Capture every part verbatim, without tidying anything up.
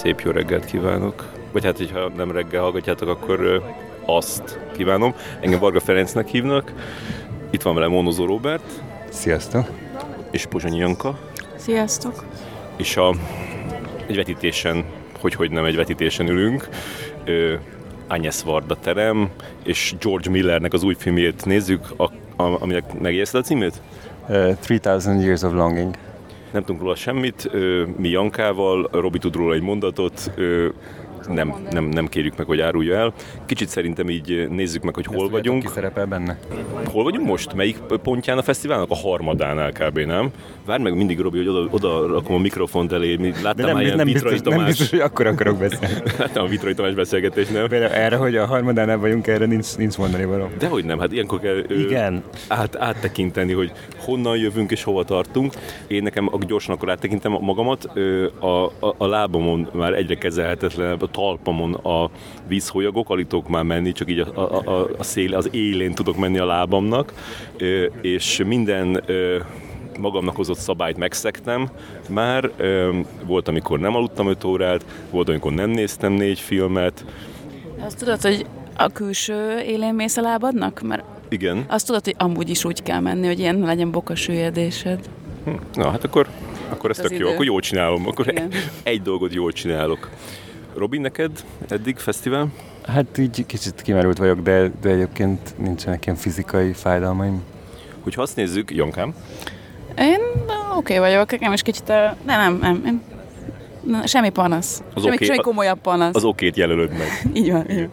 Szép jó reggelt kívánok. Vagy hát, hogyha nem reggel hallgatjátok, akkor ö, azt kívánom. Engem Varga Ferencnek hívnak. Itt van velem Mónozó Róbert. Sziasztok. És Pozsonyi Janka. Sziasztok. És a, egy vetítésen, hogy-hogy nem egy vetítésen ülünk. Ö, Agnes Varda terem, és George Millernek az új filmjét nézzük, a, a, aminek megjegyezted a címét? Uh, three thousand Years of Longing. Nem tudunk róla semmit, ö, mi Jankával, Robi tud róla egy mondatot, ö, nem, nem, nem kérjük meg, hogy árulja el. Kicsit szerintem így nézzük meg, hogy hol vagyunk. Ki szerepel benne? Hol vagyunk most? Melyik pontján a fesztiválnak? A harmadánál kb. Nem? Várj meg mindig, Robi, hogy oda, oda rakom a mikrofont elé. Láttam nem, már ilyen nem Vitrai biztos, Tamás. Nem biztos, hogy akkor akarok beszélni. Láttam a Vitrai Tamás beszélgetés, nem? Erre, hogy a harmadánál vagyunk, erre nincs, nincs mondani való. Dehogy nem, hát ilyenkor kell ő, Igen. Át, áttekinteni, hogy honnan jövünk és hova tartunk. Én nekem gyorsan akkor áttekintem magamat. A, a, a lábamon már egyre kezelhetetlenebb, a talpamon a vízholyagok, alig tudok már menni, csak így a, a, a, a szél, az élén tudok menni a lábamnak, és minden magamnak hozott szabályt megszegtem már. Volt, amikor nem aludtam öt órát, volt, amikor nem néztem négy filmet. Azt tudod, hogy a külső élén mész a lábadnak? Mert igen. Azt tudod, hogy amúgy is úgy kell menni, hogy ilyen legyen bokasüllyedésed. Hm. Na, hát akkor, akkor ez az tök idő. jó, akkor jól csinálom, akkor igen. egy dolgot jól csinálok. Robin, neked eddig fesztivál? Hát így kicsit kimerült vagyok, de, de egyébként nincsenek ilyen fizikai fájdalmaim. Hogyha azt nézzük, Jankám? Én oké okay vagyok, nekem is kicsit, de nem, nem, nem. Semmi panasz. Az semmi, okay, semmi komolyabb panasz. Az okét jelölöd meg. Így van, így van.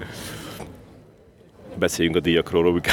Beszéljünk a díjakról, Robikám.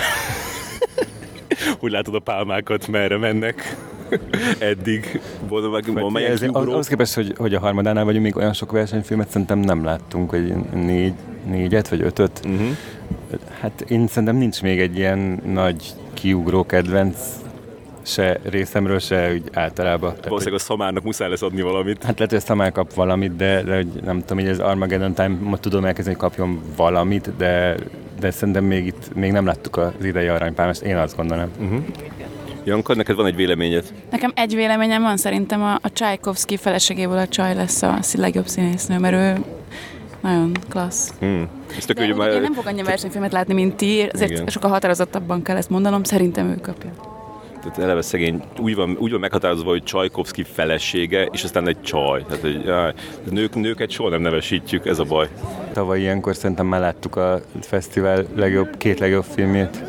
Hogy látod a pálmákat, merre mennek? Eddig. Van melyek kiugró? Ahhoz képest, hogy, hogy a harmadánál vagyunk, még olyan sok versenyfilmet szerintem nem láttunk, hogy négy, négyet vagy ötöt. Uh-huh. Hát én szerintem nincs még egy ilyen nagy kiugró kedvenc se részemről, se úgy általában. Valószínűleg a Szamárnak muszáj lesz adni valamit. Hát lehet, hogy a Szamár kap valamit, de, de nem tudom, hogy az Armageddon Time-ot tudom elkezdeni, hogy kapjon valamit, de, de szerintem még itt még nem láttuk az idei aranypálmást, én azt gondolom. Uh-huh. Janka, neked van egy véleményed? Nekem egy véleményem van, szerintem a, a Csajkovszky feleségéből a Csaj lesz a legjobb színésznő, mert ő nagyon klassz. Hmm. Ezt tök, de úgy, már... én nem fogok annyi versenyfilmet látni, mint ti, ezért igen. Sokkal határozottabban kell ezt mondanom, szerintem ő kapja. Tehát eleve szegény, úgy van, úgy van meghatározva, hogy Csajkovszky felesége, és aztán egy csaj. Tehát, hogy, jaj, nők, nőket soha nem nevesítjük, ez a baj. Tavaly ilyenkor szerintem már láttuk a fesztivál legjobb, két legjobb filmjét.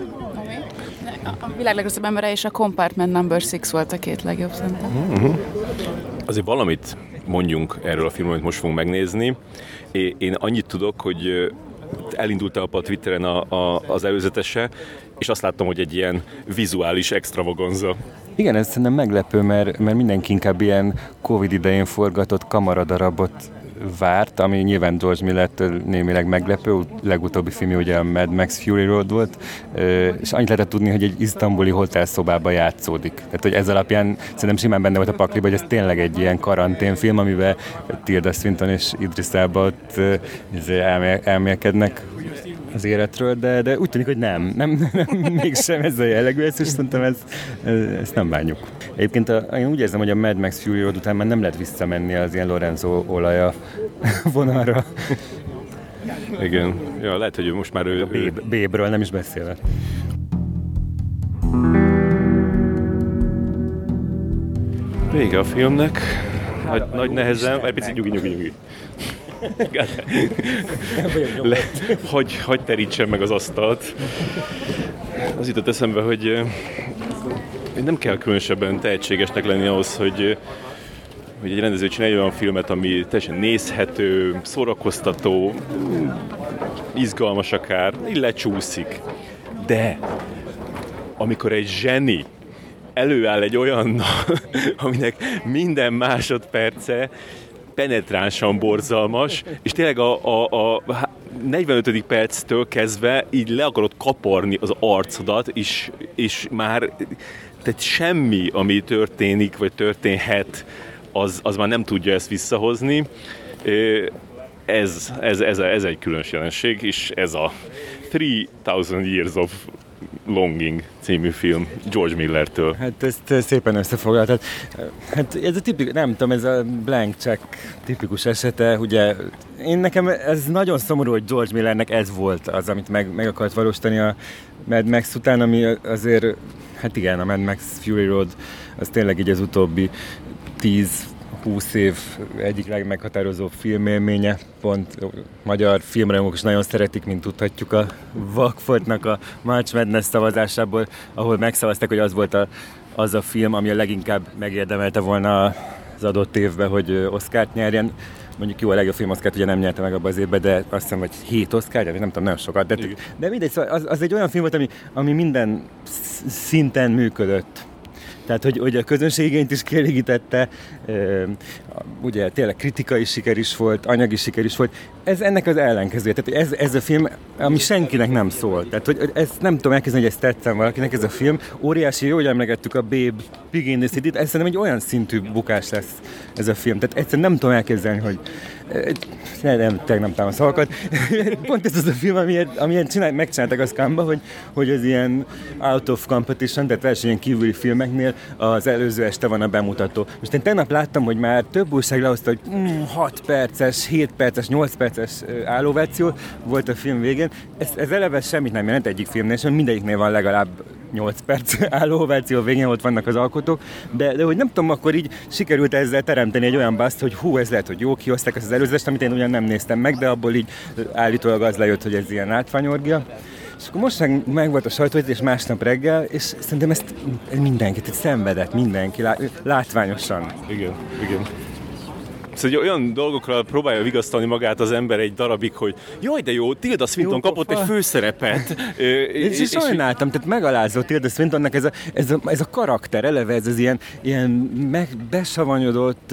A világ legrosszabb embere és a Compartment number six volt a két legjobb, szerintem. Uh-huh. Azért valamit mondjunk erről a filmről, amit most fogunk megnézni. Én annyit tudok, hogy elindultam a Twitteren a, a, az előzetese, és azt láttam, hogy egy ilyen vizuális extravaganza. Igen, ez szerintem meglepő, mert, mert mindenki inkább ilyen Covid idején forgatott kamaradarabot várt, ami nyilván George Millertől némileg meglepő, legutóbbi film ugye a Mad Max Fury Road volt, és annyit lehetett tudni, hogy egy isztambuli hotelszobában játszódik. Tehát, hogy ez alapján szerintem simán benne volt a pakliba, hogy ez tényleg egy ilyen karanténfilm, amiben Tilda Swinton és Idris Elba ott elmél, elmélkednek az életről, de, de úgy tűnik, hogy nem, nem, nem mégsem ez a jellegű, és szerintem ez, ezt nem bánjuk. Egyébként a, én úgy érzem, hogy a Mad Max Fury Road után már nem lehet visszamenni az ilyen Lorenzo olaja vonalra. Igen, ja, lehet, hogy most már ő... Babe, Babe-ről nem is beszélve. Vége a filmnek, nagy, nagy nehezen, egy picit nyugi, nyugi, nyugi. Le, hogy, hogy terítsen meg az asztalt. Az jutott eszembe, hogy nem kell különösebben tehetségesnek lenni ahhoz, hogy, hogy egy rendező csinálja olyan filmet, ami teljesen nézhető, szórakoztató, izgalmas akár, így lecsúszik. De amikor egy zseni előáll egy olyannal, aminek minden másodperce penetránsan borzalmas, és tényleg a, a, a negyvenötödik perctől kezdve így le akarod kaparni az arcodat, és, és már tehát semmi, ami történik, vagy történhet, az, az már nem tudja ezt visszahozni. Ez, ez, ez, ez egy különös jelenség, és ez a three thousand Years of Longing című film George Millertől. Hát ezt szépen összefoglaltad. Hát ez a tipikus, nem tudom, ez a blank check tipikus esete, ugye én nekem ez nagyon szomorú, hogy George Millernek ez volt az, amit meg, meg akart valósítani a Mad Max után, ami azért, hát igen, a Mad Max Fury Road az tényleg így az utóbbi tíz-húsz év egyik legmeghatározóbb filmélménye. Pont magyar filmrajongók is nagyon szeretik, mint tudhatjuk a Vakfoltnak a March Madness szavazásából, ahol megszavazták, hogy az volt a, az a film, ami a leginkább megérdemelte volna az adott évben, hogy Oscart nyerjen. Mondjuk jó, a legjobb film Oscart ugye nem nyerte meg abban az évben, de azt hiszem, hogy hét Oscar, nem tudom, nagyon sokat. De, de mindegy, szóval az, az egy olyan film volt, ami, ami minden szinten működött. Tehát, hogy, hogy a közönségigényt is kielégítette, ugye tényleg kritikai siker is volt, anyagi siker is volt. Ez ennek az ellenkezője. Tehát ez, ez a film, ami senkinek nem szól. Tehát, hogy ezt nem tudom elképzelni, hogy ezt tetszem valakinek, ez a film. Óriási, jó, hogy emlegettük a Babe, Pig in the City-t, ez szerintem egy olyan szintű bukás lesz ez a film. Tehát egyszerűen nem tudom elképzelni, hogy nem, nem, tényleg nem támad szavakat. Pont ez az a film, amilyen, amilyen csinál, megcsináltak a Scumba, hogy, hogy az ilyen out of competition, tehát versenyen kívüli filmeknél az előző este van a bemutató. Most én tegnap láttam, hogy már több újság lehozta, hogy mm, hat perces, hét perces, nyolc perces állováció volt a film végén. Ez, ez eleve semmit nem jelent egyik filmnél, és mindegyiknél van legalább nyolc perc állóováció végén, ott vannak az alkotók, de, de hogy nem tudom, akkor így sikerült ezzel teremteni egy olyan baszt, hogy hú, ez lehet, hogy jó, kihozták az előzést, amit én ugyan nem néztem meg, de abból így állítólag az lejött, hogy ez ilyen látványorgia. És akkor most meg, meg volt a sajtóvetítés másnap reggel, és szerintem ezt mindenki, tehát szenvedett mindenki, látványosan. Igen, igen. Szóval olyan dolgokra próbálja vigasztalni magát az ember egy darabig, hogy jaj, de jó, Tilda Swinton jó, kapott egy főszerepet. és, és sajnáltam, tehát megalázó Tilda Swintonnak ez a, ez, a, ez a karakter, eleve ez az ilyen, ilyen meg, besavanyodott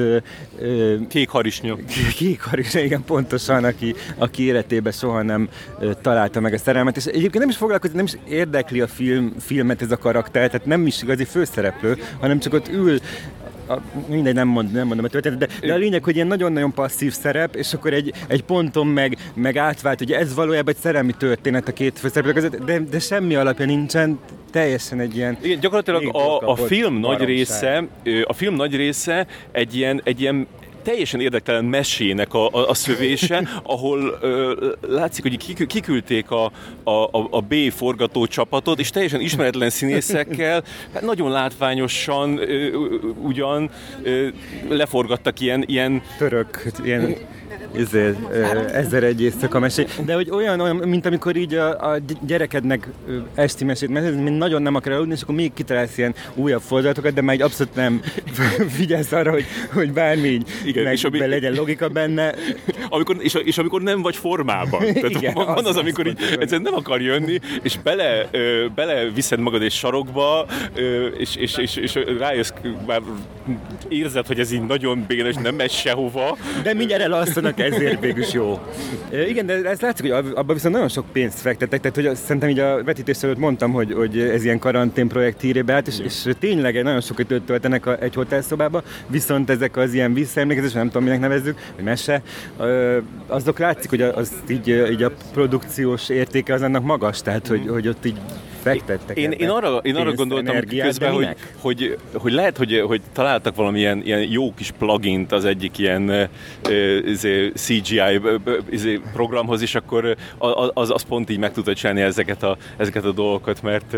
kék harisnya. Kék harisnya, igen, pontosan, aki, aki életében soha nem találta meg a szerelmet, és egyébként nem is foglalkozik, nem is érdekli a film, filmet ez a karakter, tehát nem is igazi főszereplő, hanem csak ott ül. A, mindegy, nem, mond, nem mondom a történetet, de, de a lényeg, hogy ilyen nagyon-nagyon passzív szerep, és akkor egy, egy ponton meg, meg átvált, ugye ez valójában egy szerelmi történet a két főszereplő között, de, de semmi alapja nincsen, teljesen egy ilyen... Igen, gyakorlatilag a, a film nagy része, a film nagy része egy ilyen, egy ilyen teljesen érdektelen mesének a, a, a szövése, ahol ö, látszik, hogy kiküldték a, a, a B forgatócsapatot, és teljesen ismeretlen színészekkel, hát nagyon látványosan ö, ugyan ö, leforgattak ilyen... ilyen török, ilyen... Ezért, ezer egy éjszaka mesé. De hogy olyan, olyan, mint amikor így a, a gyerekednek esti mesét mesélsz, mint nagyon nem akar aludni, és akkor még kitalálsz ilyen újabb fordulatokat, de már így abszolút nem figyelsz arra, hogy, hogy bármi így igen, meg, és ami, be legyen logika benne. Amikor, és, és amikor nem vagy formában. Tehát igen, van az, az amikor így egyszerűen nem akar jönni, és bele, ö, bele viszed magad egy sarokba, ö, és, és, és, és rájössz, már érzed, hogy ez így nagyon bénes, nem megy sehova. De mindjárt elalszanak, ezért végülis jó. E, igen, de ez látszik, hogy abban viszont nagyon sok pénzt fektettek, tehát hogy szerintem így a vetítés előtt mondtam, hogy, hogy ez ilyen karantén projekt hírébe állt, és, és tényleg nagyon sok időt töltenek a, egy hotelszobába, viszont ezek az ilyen visszaemlékezés, nem tudom minek nevezzük, vagy mese, azok látszik, hogy az így, így a produkciós értéke az annak magas, tehát hogy, hogy ott így fektettek. Én, én arra, én arra gondoltam energiát, közben, hogy, hogy, hogy lehet, hogy, hogy találtak valamilyen ilyen jó kis plugint az egyik ilyen izé, cé gé i izé, programhoz, és akkor az, az pont így meg tudta csinálni ezeket a, ezeket a dolgokat, mert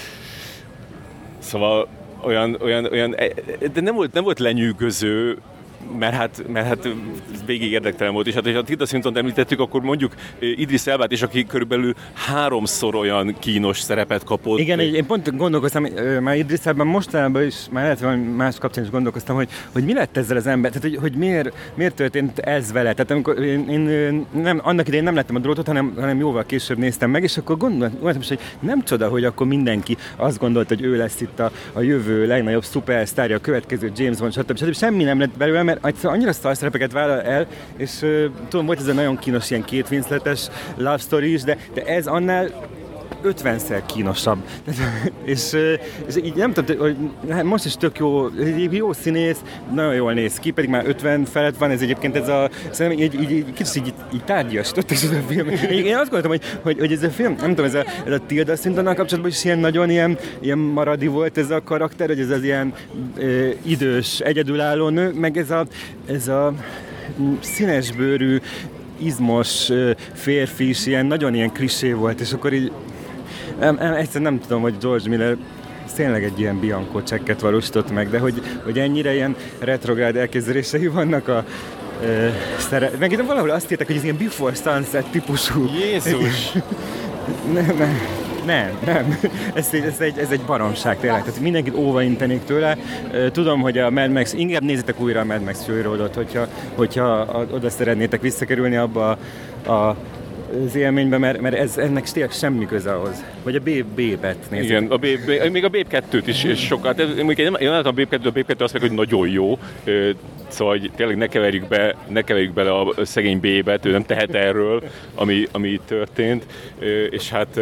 szóval olyan, olyan, olyan de nem volt, nem volt lenyűgöző, mert hát, mert hát végig érdektelen volt, és hát, ha a Tilda Swintont említettük, akkor mondjuk Idris Elbát is, aki körülbelül háromszor olyan kínos szerepet kapott. Igen, én pont gondolkoztam, már Idris Elbán mostanában is, már lehet valami más kapcsán is gondolkoztam, hogy, hogy mi lett ezzel az ember, tehát hogy, hogy miért, miért történt ez vele, tehát amikor én, én nem, annak idején nem láttam a Drótot, hanem, hanem jóval később néztem meg, és akkor gondoltam is, hogy nem csoda, hogy akkor mindenki azt gondolta, hogy ő lesz itt a, a jövő legnagyobb szupersztárja, a következő James Bond, stb. stb. Semmi nem lett belőle, mert annyira szarszerepeket vállal el, és uh, tudom, volt ez a nagyon kínos ilyen két Winsletes love story is, de, de ez annál ötvenszer kínosabb. és, és így nem tudom, hogy most is tök jó, jó színész, nagyon jól néz ki, pedig már ötven felett van, ez egyébként ez a, szerintem így, így, így kicsit így, így tárgyastott ez a film. Én azt gondoltam, hogy, hogy, hogy ez a film, nem tudom, ez a, ez a Tilda Swintonnal kapcsolatban is ilyen nagyon ilyen, ilyen maradi volt ez a karakter, hogy ez az ilyen ö, idős, egyedülálló nő, meg ez a, ez a színesbőrű, izmos férfi is ilyen, nagyon ilyen klisé volt, és akkor így nem, nem, egyszerűen nem tudom, hogy George Miller tényleg egy ilyen Bianco csekket valósított meg, de hogy, hogy ennyire ilyen retrográd elképzelései vannak a ö, szere... meg itt valahol azt írták, hogy ez ilyen Before Sunset típusú. Jézus! nem, nem. Nem, nem. Ez, ez, egy, ez egy baromság tényleg. Tehát mindenkit óvaintenék tőle. Tudom, hogy a Mad Max, inkább nézzétek újra a Mad Max Fury Roadot, hogyha, hogyha oda szeretnétek visszakerülni abba a, a az élményben, mert, mert ez, ennek tényleg semmi köze ahhoz. Vagy a Babe-et nézzük. Igen, a Babe, még a Babe kettőt is, és sokat. Én nem láttam a Babe kettőt, a Babe kettő azt meg, hogy nagyon jó. Szóval hogy tényleg ne keverjük, be, ne keverjük bele a szegény Babe-et, ő nem tehet erről, ami, ami itt történt. És hát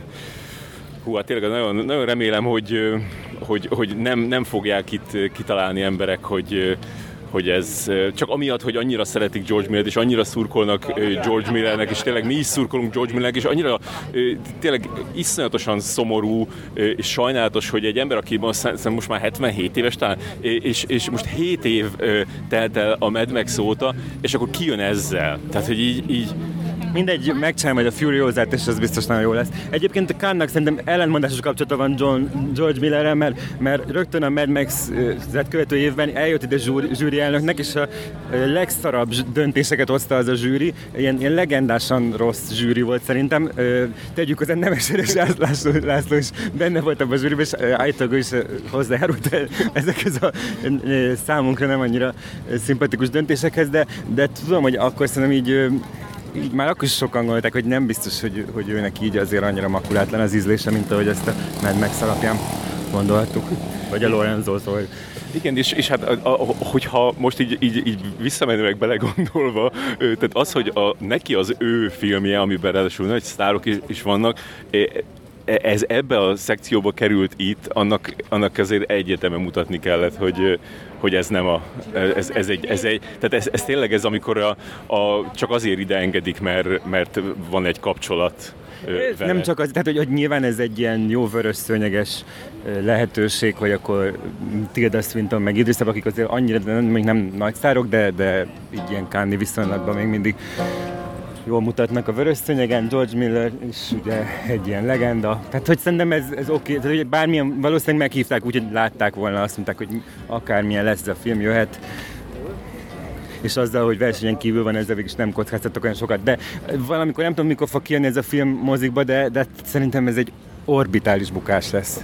hú, hát tényleg nagyon, nagyon remélem, hogy, hogy, hogy nem, nem fogják itt kitalálni emberek, hogy hogy ez csak amiatt, hogy annyira szeretik George Millert, és annyira szurkolnak George Millernek, és tényleg mi is szurkolunk George Millernek, és annyira tényleg iszonyatosan szomorú és sajnálatos, hogy egy ember, aki most már hetvenhét éves talán, és, és most hét év telt el a Mad Max óta, és akkor kijön ezzel. Tehát, hogy így, így mindegy, megcsinálja majd a Furiosát, és az biztos nagyon jó lesz. Egyébként a Cannes-nak szerintem ellentmondásos kapcsolata van John, George Millerrel, mert, mert rögtön a Mad Max-et követő évben eljött ide zsúri, zsúri elnöknek, és a legszarabb döntéseket hozta az a zsűri. Ilyen, ilyen legendásan rossz zsűri volt szerintem. Tegyük hozzá, Nemes László, László is benne volt abban a zsűriben, és állítólag is hozzájárult ezekhez a számunkra nem annyira szimpatikus döntésekhez, de, de tudom, hogy akkor szerintem így így már akkor is sokan gondolták, hogy nem biztos, hogy, hogy őnek így azért annyira makulátlan az ízlése, mint ahogy ezt a Mad Max alapján gondoltuk. Vagy a Lorenzo, szóval. Igen, és, és hát a, a, hogyha most így, így, így visszamenőleg belegondolva, tehát az, hogy a, neki az ő filmje, amiben ráadásul nagy sztárok is, is vannak, ez ebbe a szekcióba került itt, annak, annak azért egyértelműen mutatni kellett, hogy, hogy ez nem a, ez, ez egy, ez egy, tehát ez, ez tényleg ez, amikor a, a, csak azért ide engedik, mert, mert van egy kapcsolat vele. Nem csak az, tehát hogy, hogy nyilván ez egy ilyen jó vörös szőnyeges lehetőség, hogy akkor Tilda Swinton meg Idris Elba, akik azért annyira nem, még nem nagy sztárok, de, de így ilyen Cannes-i viszonylatban még mindig jól mutatnak a vörös szőnyegen. George Miller is ugye egy ilyen legenda. Tehát, hogy szerintem ez, ez oké. Okay. Tehát, bármilyen, valószínűleg meghívták úgy, hogy látták volna, azt mondták, hogy akármilyen lesz ez a film, jöhet. És azzal, hogy versenyen kívül van, ezzel végig is nem kockáztattak olyan sokat. De valamikor, nem tudom, mikor fog kijönni ez a film mozikba, de, de szerintem ez egy orbitális bukás lesz.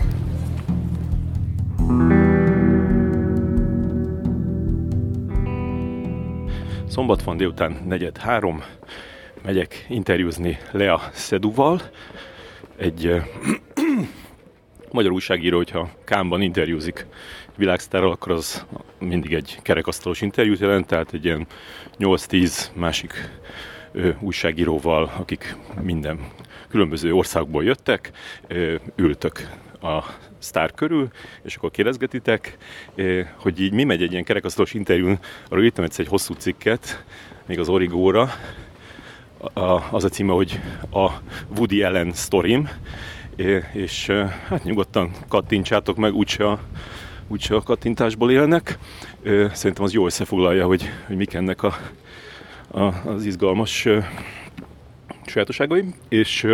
Szombat van délután negyed három. Megyek interjúzni Lea Seydoux-val, egy uh, magyar újságíró, hogyha Cannes-ban interjúzik világsztárral, akkor az mindig egy kerekasztalos interjút jelent, tehát egy ilyen nyolc-tíz másik ö, újságíróval, akik minden különböző országból jöttek, ö, ültök a sztár körül, és akkor kérdezgetitek, ö, hogy így mi megy egy ilyen kerekasztalos interjún. Arról írtam egyszer egy hosszú cikket, még az Origóra, az a címe, hogy a Woody Allen sztorim, és hát nyugodtan kattintsátok meg, úgyse a, úgyse a kattintásból élnek. Szerintem az jól összefoglalja, hogy, hogy mik ennek a, a, az izgalmas sajátosságai. És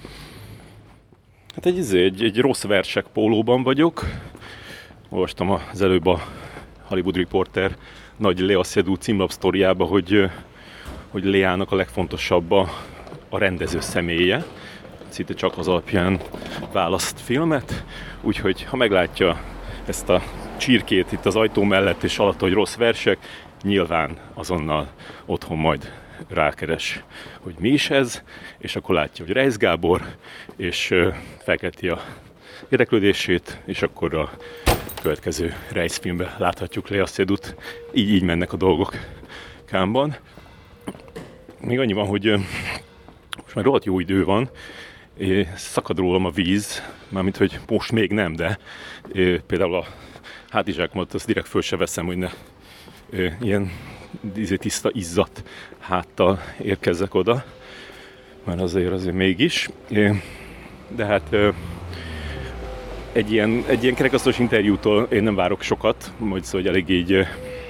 hát egy, egy, egy rossz versek pólóban vagyok. Olvastam az előbb a Hollywood Reporter nagy Lea Seydoux címlap sztoriába, hogy hogy Leának a legfontosabb a, a rendező személye. Szinte csak az alapján választ filmet, úgyhogy ha meglátja ezt a csirkét itt az ajtó mellett és alatt, hogy rossz versek, nyilván azonnal otthon majd rákeres, hogy mi is ez, és akkor látja, hogy Reisz Gábor, és felkelti a érdeklődését, és akkor a következő Reisz filmben láthatjuk Lea Seydoux-t. Így, így mennek a dolgok Cannes-ban. Még annyi van, hogy most már rohadt jó idő van, szakad rólam a víz, mármint, hogy most még nem, de például a hátizsákomat azt direkt föl se veszem, hogy ne ilyen tiszta, izzadt háttal érkezzek oda, mert azért azért mégis. De hát egy ilyen, egy ilyen kerekasztalos interjútól én nem várok sokat, majd szóval, hogy elég így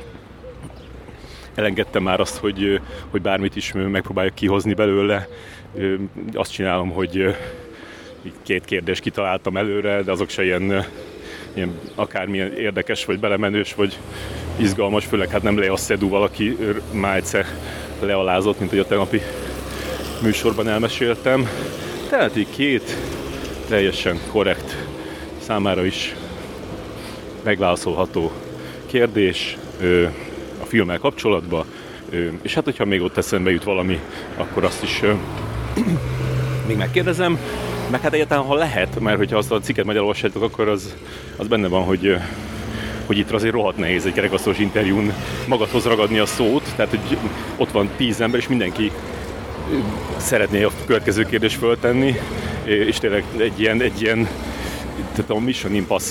elengedtem már azt, hogy, hogy bármit is megpróbáljak kihozni belőle. Azt csinálom, hogy két kérdést kitaláltam előre, de azok se ilyen, ilyen akármilyen érdekes, vagy belemenős, vagy izgalmas, főleg hát nem Lea Seydoux valaki már egyszer lealázott, mint hogy a tegnapi műsorban elmeséltem. Tehát így két teljesen korrekt, számára is megválaszolható kérdés a filmmel kapcsolatban, és hát hogyha még ott eszembe jut valami, akkor azt is még megkérdezem, meg hát egyáltalán ha lehet, mert hogyha azt a cikket majd elolvassátok, akkor az, az benne van, hogy, hogy itt azért rohadt nehéz egy kerekasztalos interjún magadhoz ragadni a szót, tehát hogy ott van tíz ember, és mindenki szeretné a következő kérdést föltenni, és tényleg egy ilyen, egy ilyen tehát a Mission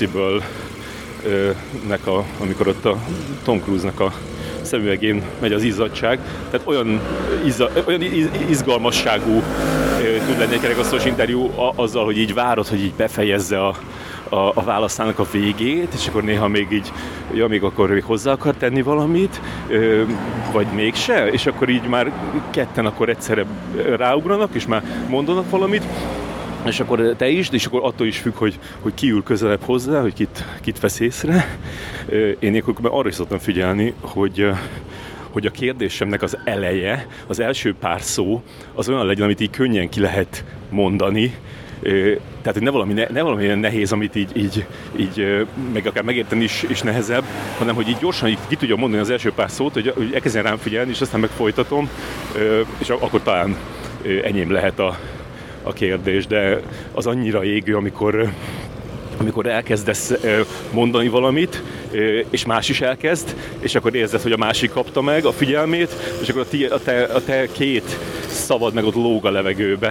Impossible-nek, a, amikor ott a Tom Cruise-nak a szemüvegén megy az izzadság, tehát olyan, izza, olyan izgalmasságú tud lenni egy kerekasztalos interjú azzal, hogy így várod, hogy így befejezze a, a, a válaszának a végét, és akkor néha még így, ja, még akkor még hozzá akar tenni valamit, vagy mégse, és akkor így már ketten akkor egyszerre ráugranak, és már mondanak valamit, és akkor te is, és akkor attól is függ, hogy, hogy ki ül közelebb hozzá, hogy kit, kit vesz észre. Én ilyenkor arra is szoktam figyelni, hogy, hogy a kérdésemnek az eleje, az első pár szó, az olyan legyen, amit így könnyen ki lehet mondani. Tehát, hogy ne valami, ne, ne valami ilyen nehéz, amit így, így, így meg akár megérteni is, is nehezebb, hanem hogy így gyorsan így ki tudja mondani az első pár szót, hogy, hogy elkezdjen rám figyelni, és aztán meg folytatom, és akkor talán enyém lehet a a kérdés, de az annyira égő, amikor, amikor elkezdesz mondani valamit, és más is elkezd, és akkor érzed, hogy a másik kapta meg a figyelmét, és akkor a, ti, a, te, a te két szavad meg ott lóg a levegőbe.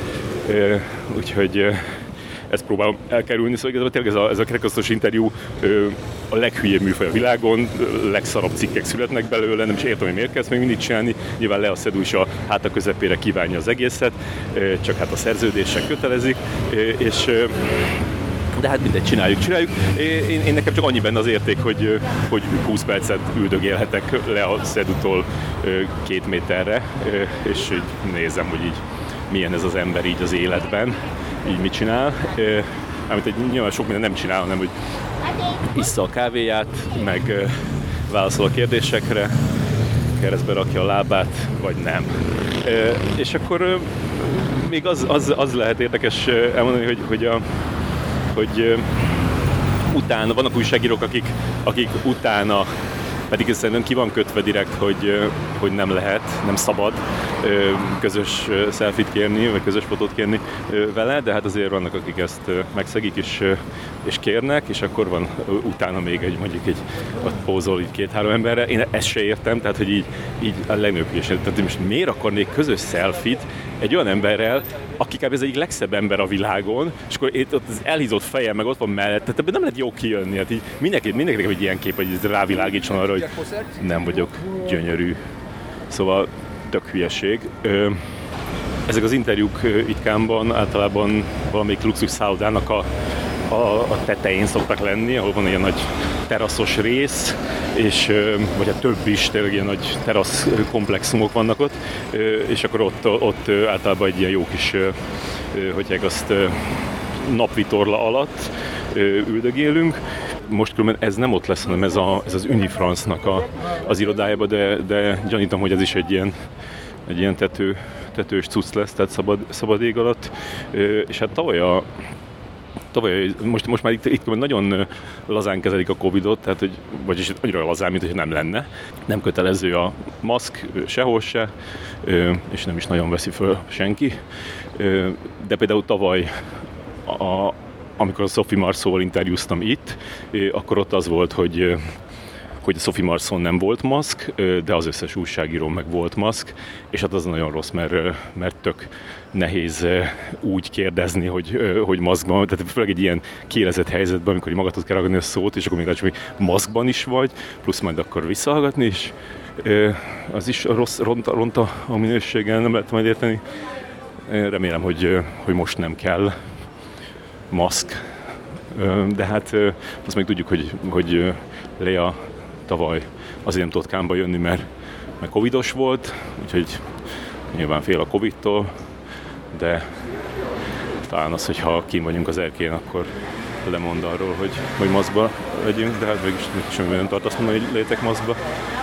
Úgyhogy ezt próbálom elkerülni, szóval igazából tényleg ez a, ez a kerekasztalos interjú a leghülyébb műfaj a világon, legszarabb cikkek születnek belőle, nem is értem, hogy miért kezd még mindig csinálni. Nyilván Lea Seydoux is a háta közepére kívánja az egészet, csak hát a szerződések kötelezik, és de hát mindegy, csináljuk, csináljuk. Én, én nekem csak annyi benne az érték, hogy, hogy húsz percet üldögélhetek Lea Seydoux-tól két méterre, és nézem, hogy így milyen ez az ember így az életben, így mit csinál. Amit egy nyilván sok minden nem csinál, hanem hogy issza a kávéját, meg válaszol a kérdésekre, keresztbe rakja a lábát, vagy nem. És akkor még az, az, az lehet érdekes elmondani, hogy, hogy, a, hogy utána, vannak újságírók, akik, akik utána, pedig szerintem ki van kötve direkt, hogy, hogy nem lehet, nem szabad közös selfie-t kérni, vagy közös fotót kérni vele, de hát azért vannak, akik ezt megszegik és, és kérnek, és akkor van utána még egy, mondjuk egy, ott pózol így két-három emberre. Én ezt se értem, tehát hogy így, így a legnagyobb hülyeség. Tehát most miért akarnék közös selfie-t egy olyan emberrel, aki kb. Ez egyik legszebb ember a világon, és akkor itt, ott az elhízott fejem meg ott van mellett, tehát ebből nem lehet jó kijönni. Hát így mindenki, mindenkinek egy ilyen kép, hogy rávilágítson arra, hogy nem vagyok gyönyörű. Szóval tök hülyeség. Ezek az interjúk itt Cannes-ban általában valamelyik luxus szállodának a, a, a tetején szoktak lenni, ahol van ilyen nagy teraszos rész, és, vagy a több is, tényleg ilyen nagy terasz komplexumok vannak ott, és akkor ott, ott általában egy ilyen jó kis, hogy azt napvitorla alatt üldögélünk. Most különben ez nem ott lesz, hanem ez, a, ez az Unifrance-nak a, az irodájában, de, de gyanítom, hogy ez is egy ilyen, egy ilyen tető, tetős cucc lesz, tehát szabad, szabad ég alatt. És hát tavaly a Tavaly, most, most már itt, itt nagyon lazán kezelik a Covidot, tehát, hogy, vagyis annyira lazán, mint hogy nem lenne. Nem kötelező a maszk sehol se, és nem is nagyon veszi föl senki. De például tavaly, a, amikor a Sophie Marceauval interjúztam itt, akkor ott az volt, hogy hogy a Sophie Marceau nem volt maszk, de az összes újságíró meg volt maszk, és hát az nagyon rossz, mert, mert tök nehéz úgy kérdezni, hogy, hogy maszkban, tehát főleg egy ilyen kiélezett helyzetben, amikor magadhoz kell ragadni a szót, és akkor még ráadásul maszkban is vagy, plusz majd akkor visszahallgatni is, az is rossz, ronta, ronta a minőséggel, nem lehet majd érteni. Remélem, hogy, hogy most nem kell maszk, de hát azt még tudjuk, hogy, hogy Lea tavaly azért nem tudott Cannesba jönni, mert, mert covidos volt, úgyhogy nyilván fél a covidtól, de talán az, hogyha kín vagyunk az erkélyen, akkor lemond arról, hogy, hogy maszkba legyünk, de hát mégis semmi nem tart azt mondani, hogy létek maszkba.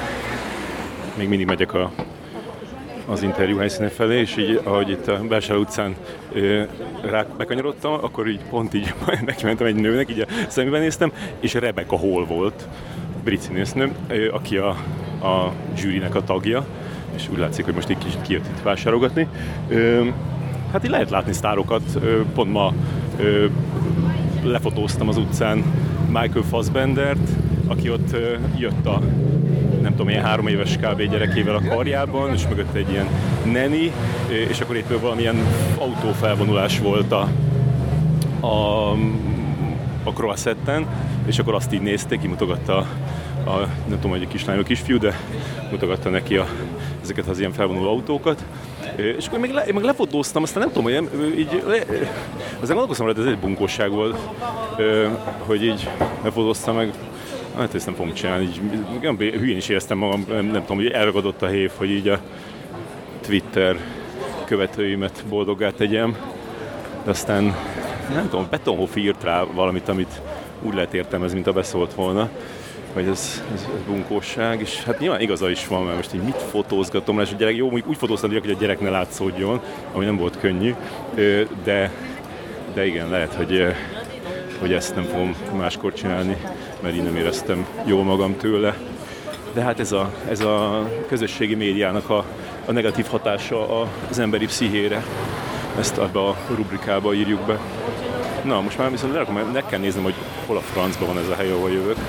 Még mindig megyek a, az interjú helyszíne felé, és így, ahogy itt a Belső utcán ö, rá bekanyarodtam, akkor így pont így nekimentem egy nőnek, így a szemébe néztem, és Rebecca Hall volt, brit színésznő, ö, aki a, a zsűrinek a tagja, és úgy látszik, hogy most így kicsit kijött itt vásárolgatni. Ö, hát így lehet látni sztárokat, ö, pont ma ö, lefotóztam az utcán Michael Fassbendert, aki ott ö, jött a nem tudom, ilyen három éves kb. Gyerekével a karjában, és mögött egy ilyen neni, és akkor itt valamilyen autófelvonulás volt a, a, a Croissetten, és akkor azt így nézték, kimutogatta a, nem tudom, hogy egy kislány vagy kisfiú, de mutogatta neki a, ezeket az ilyen felvonuló autókat. És akkor még, le, én meg lefotóztam, aztán nem tudom, hogy így, le, aztán gondolkoztam rá, ez egy bunkóság volt, hogy így lefotóztam meg. Hát ezt nem fogom csinálni, így hülyén is éreztem magam, nem, nem tudom, hogy elragadott a hév, hogy így a Twitter követőimet boldoggá tegyem. De aztán, nem tudom, Betonhoff írt rá valamit, amit úgy lehet értelmezni, mint a beszólt volna, hogy ez, ez, ez bunkóság, és hát nyilván igaza is van, mert most így mit fotózgatom le, és a gyerek, jó, úgy fotóztam, hogy a gyerek ne látszódjon, ami nem volt könnyű, de, de igen, lehet, hogy hogy ezt nem fogom máskor csinálni, mert így nem éreztem jól magam tőle. De hát ez a, ez a közösségi médiának a, a negatív hatása az emberi pszichére. Ezt abba a rubrikába írjuk be. Na, most már viszont lerakom, mert meg kell néznem, hogy hol a francban van ez a hely, ahol jövök.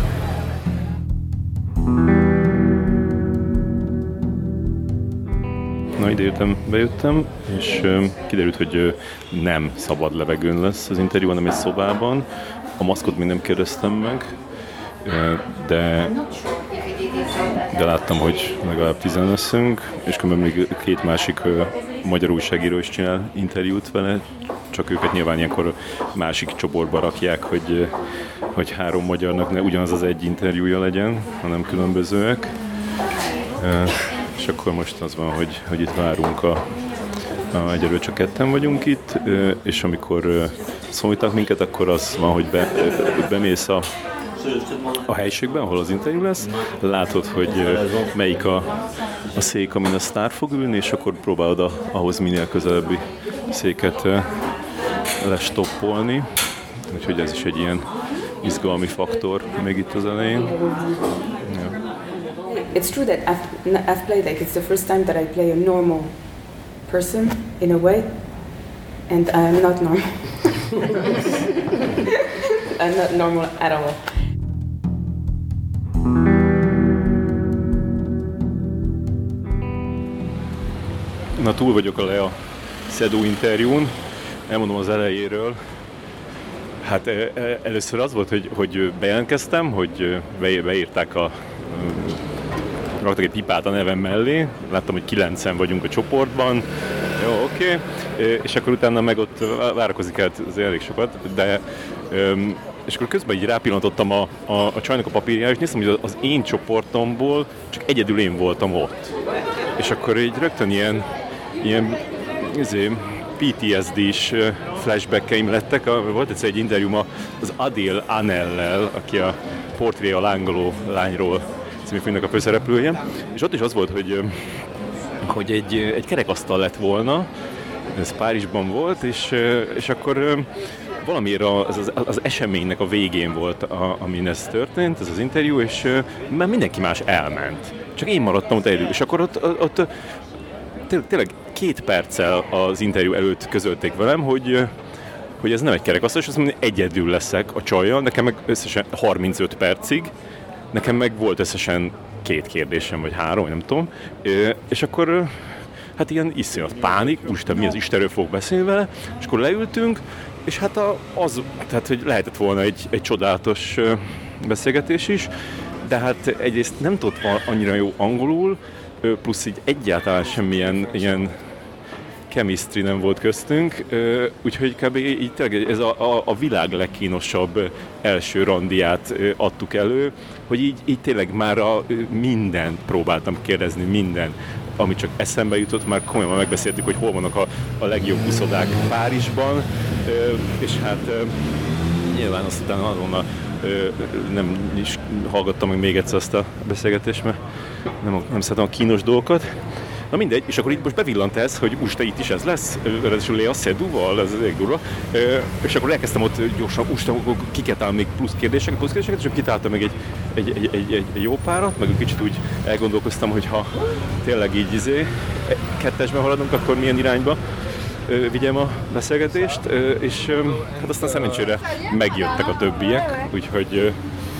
Na, ide jöttem, bejöttem, és uh, kiderült, hogy uh, nem szabad levegőn lesz az interjú, hanem egy szobában. A maszkot még nem kérdeztem meg, uh, de, de láttam, hogy legalább tizen leszünk, és különben még két másik uh, magyar újságíró is csinál interjút vele, csak őket nyilván ilyenkor másik csoportba rakják, hogy, uh, hogy három magyarnak ne ugyanaz az egy interjúja legyen, hanem különbözőek. Uh, És akkor most az van, hogy, hogy itt várunk, a, a, egyelőre csak ketten vagyunk itt, és amikor szólítanak minket, akkor az van, hogy be, bemész a, a helyiségbe, ahol az interjú lesz, látod, hogy melyik a, a szék, amin a sztár fog ülni, és akkor próbálod a, ahhoz minél közelebbi széket lestoppolni. Úgyhogy ez is egy ilyen izgalmi faktor még itt az elején. Ja. It's true that I've, I've played, like, it's the first time that I play a normal person, in a way, and I'm not normal. I'm not normal at all. Na, túl vagyok a Lea Seydoux interjún, elmondom az elejéről. Hát először az volt, hogy, hogy bejelentkeztem, hogy beírták a raktak egy pipát a nevem mellé, láttam, hogy kilencen vagyunk a csoportban, jó, oké, okay. És akkor utána meg ott várakozik el azért elég sokat, de és akkor közben így rápillantottam a, a, a csajnak a papírjára, és néztem, hogy az én csoportomból csak egyedül én voltam ott. És akkor így rögtön ilyen, ilyen izé, pé té es dés flashback-keim lettek. Volt egyszer egy interjúm az Adil Anellel, aki a Portré a lángoló lányról című filmnek a főszereplője, és ott is az volt, hogy, hogy egy, egy kerekasztal lett volna, ez Párizsban volt, és, és akkor valamiért az, az, az eseménynek a végén volt, a, amin ez történt, ez az interjú, és már mindenki más elment. Csak én maradtam ott egyedül, és akkor ott, ott tényleg két perccel az interjú előtt közölték velem, hogy, hogy ez nem egy kerekasztal, és azt mondom, hogy egyedül leszek a csajjal, nekem meg összesen harmincöt percig, nekem meg volt összesen két kérdésem, vagy három, nem tudom, és akkor hát ilyen iszonyat pánik, úristen, mi az Istenről fog beszélni vele, és akkor leültünk, és hát az, tehát hogy lehetett volna egy, egy csodálatos beszélgetés is, de hát egyrészt nem tudott annyira jó angolul, plusz így egyáltalán semmilyen ilyen chemistry nem volt köztünk, úgyhogy kb. Így tényleg ez a, a, a világ legkínosabb első randiát adtuk elő, hogy így, így tényleg már a mindent próbáltam kérdezni, minden, ami csak eszembe jutott, már komolyan megbeszéltük, hogy hol vannak a, a legjobb buszodák Párizsban, és hát nyilván azt utána azonnal nem is hallgattam meg még egyszer azt a beszélgetést, mert nem, nem szeretem a kínos dolgokat. Na mindegy, és akkor itt most bevillant ez, hogy úst, itt is ez lesz, ráadásul Léa Seydoux-val, ez elég durva, és akkor elkezdtem ott gyorsan, úst, kiketálni még plusz kérdéseket, plusz kérdéseket, és akkor kitáltam meg egy, egy, egy, egy, egy, egy jó párat, meg egy kicsit úgy elgondolkoztam, hogy ha tényleg így izé, kettesben haladunk, akkor milyen irányba vigyem a beszélgetést, és hát aztán szerencsére megjöttek a többiek, úgyhogy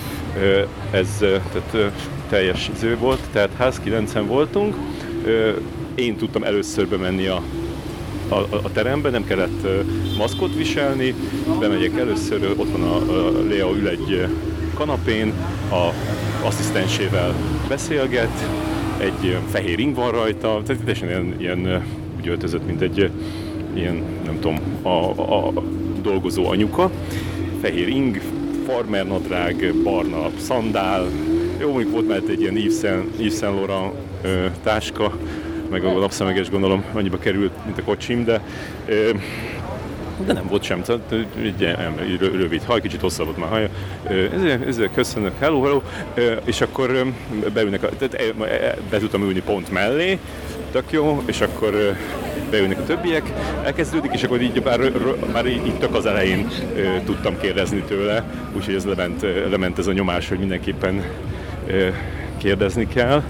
ez tehát teljes iző volt, tehát ház kilencen voltunk. Én tudtam először bemenni a, a, a terembe, nem kellett maszkot viselni, bemegyek először, ott van a, a Léa ül egy kanapén, a asszisztensével beszélget, egy fehér ing van rajta, tehát teljesen ilyen, ilyen úgy öltözött, mint egy ilyen, nem tudom, a, a, a dolgozó anyuka, fehér ing, farmernadrág, barna szandál, jó, mondjuk volt mellett egy ilyen Yves Saint, Yves Saint Laurent ö, táska, meg a napszemüveges gondolom annyiba került, mint a kocsim, de ö, de nem volt sem, tehát egy, egy rövid haj, kicsit hosszabb volt már haja. Ezért, ezért köszönök, hello, hello, és akkor beülnek, a, tehát be tudtam ülni pont mellé, tök jó, és akkor beülnek a többiek, elkezdődik, és akkor így már, már így tök az elején tudtam kérdezni tőle, úgyhogy ez lement, lement ez a nyomás, hogy mindenképpen kérdezni kell.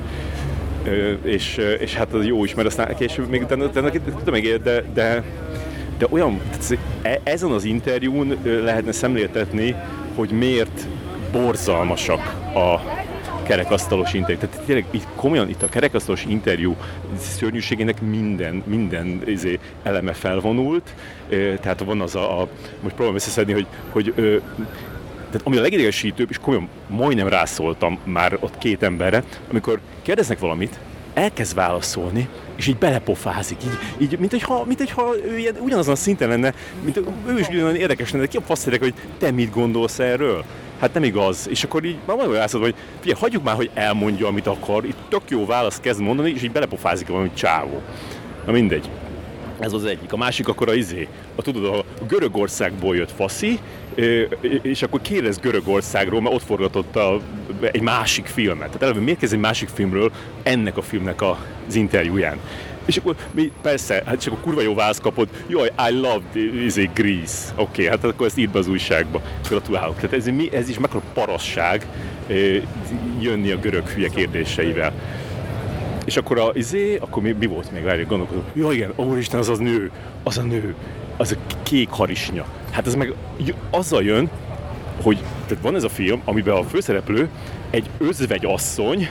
És, és hát az jó is, mert aztán később még utána tudtam még, de, de De olyan, ezen az interjún lehetne szemléltetni, hogy miért borzalmasak a kerekasztalos interjú. Tehát tényleg itt komolyan itt a kerekasztalos interjú szörnyűségének minden, minden izé, eleme felvonult. Tehát van az a, a most próbálom összeszedni, hogy, hogy tehát ami a legidegesítőbb, és komolyan majdnem rászóltam már ott két emberre, amikor kérdeznek valamit, elkezd válaszolni, és így belepofázik, így, így mint hogyha, mint hogyha ő ilyen, ugyanazon a szinten lenne, mint ő is ugyanolyan érdekes lenne, ki a faszérek, hogy te mit gondolsz erről? Hát nem igaz. És akkor így már majd látszod, hogy figyelj, hagyjuk már, hogy elmondja, amit akar, itt tök jó választ kezd mondani, és így belepofázik valami csávó. Na mindegy. Ez az egyik. A másik akkor a izé, a tudod, a Görögországból jött faszi, és akkor kérdez Görögországról, mert ott forgatott a, egy másik filmet. Tehát előbb miért kezd egy másik filmről ennek a filmnek az interjúján? És akkor mi, persze, hát csak a kurva jó választ kapod, jaj, I love izé, Greece. Oké, okay, hát akkor ezt írd be az újságba. Gratulálok. Tehát ez, ez is mekkora parasság jönni a görög hülye kérdéseivel. És akkor a izé, akkor mi, mi volt még? Várjuk, gondolkodom. Jaj, igen, úristen, az az nő, az a nő, az a kék harisnya. Hát ez meg azzal jön, hogy tehát van ez a film, amiben a főszereplő egy özvegy asszony,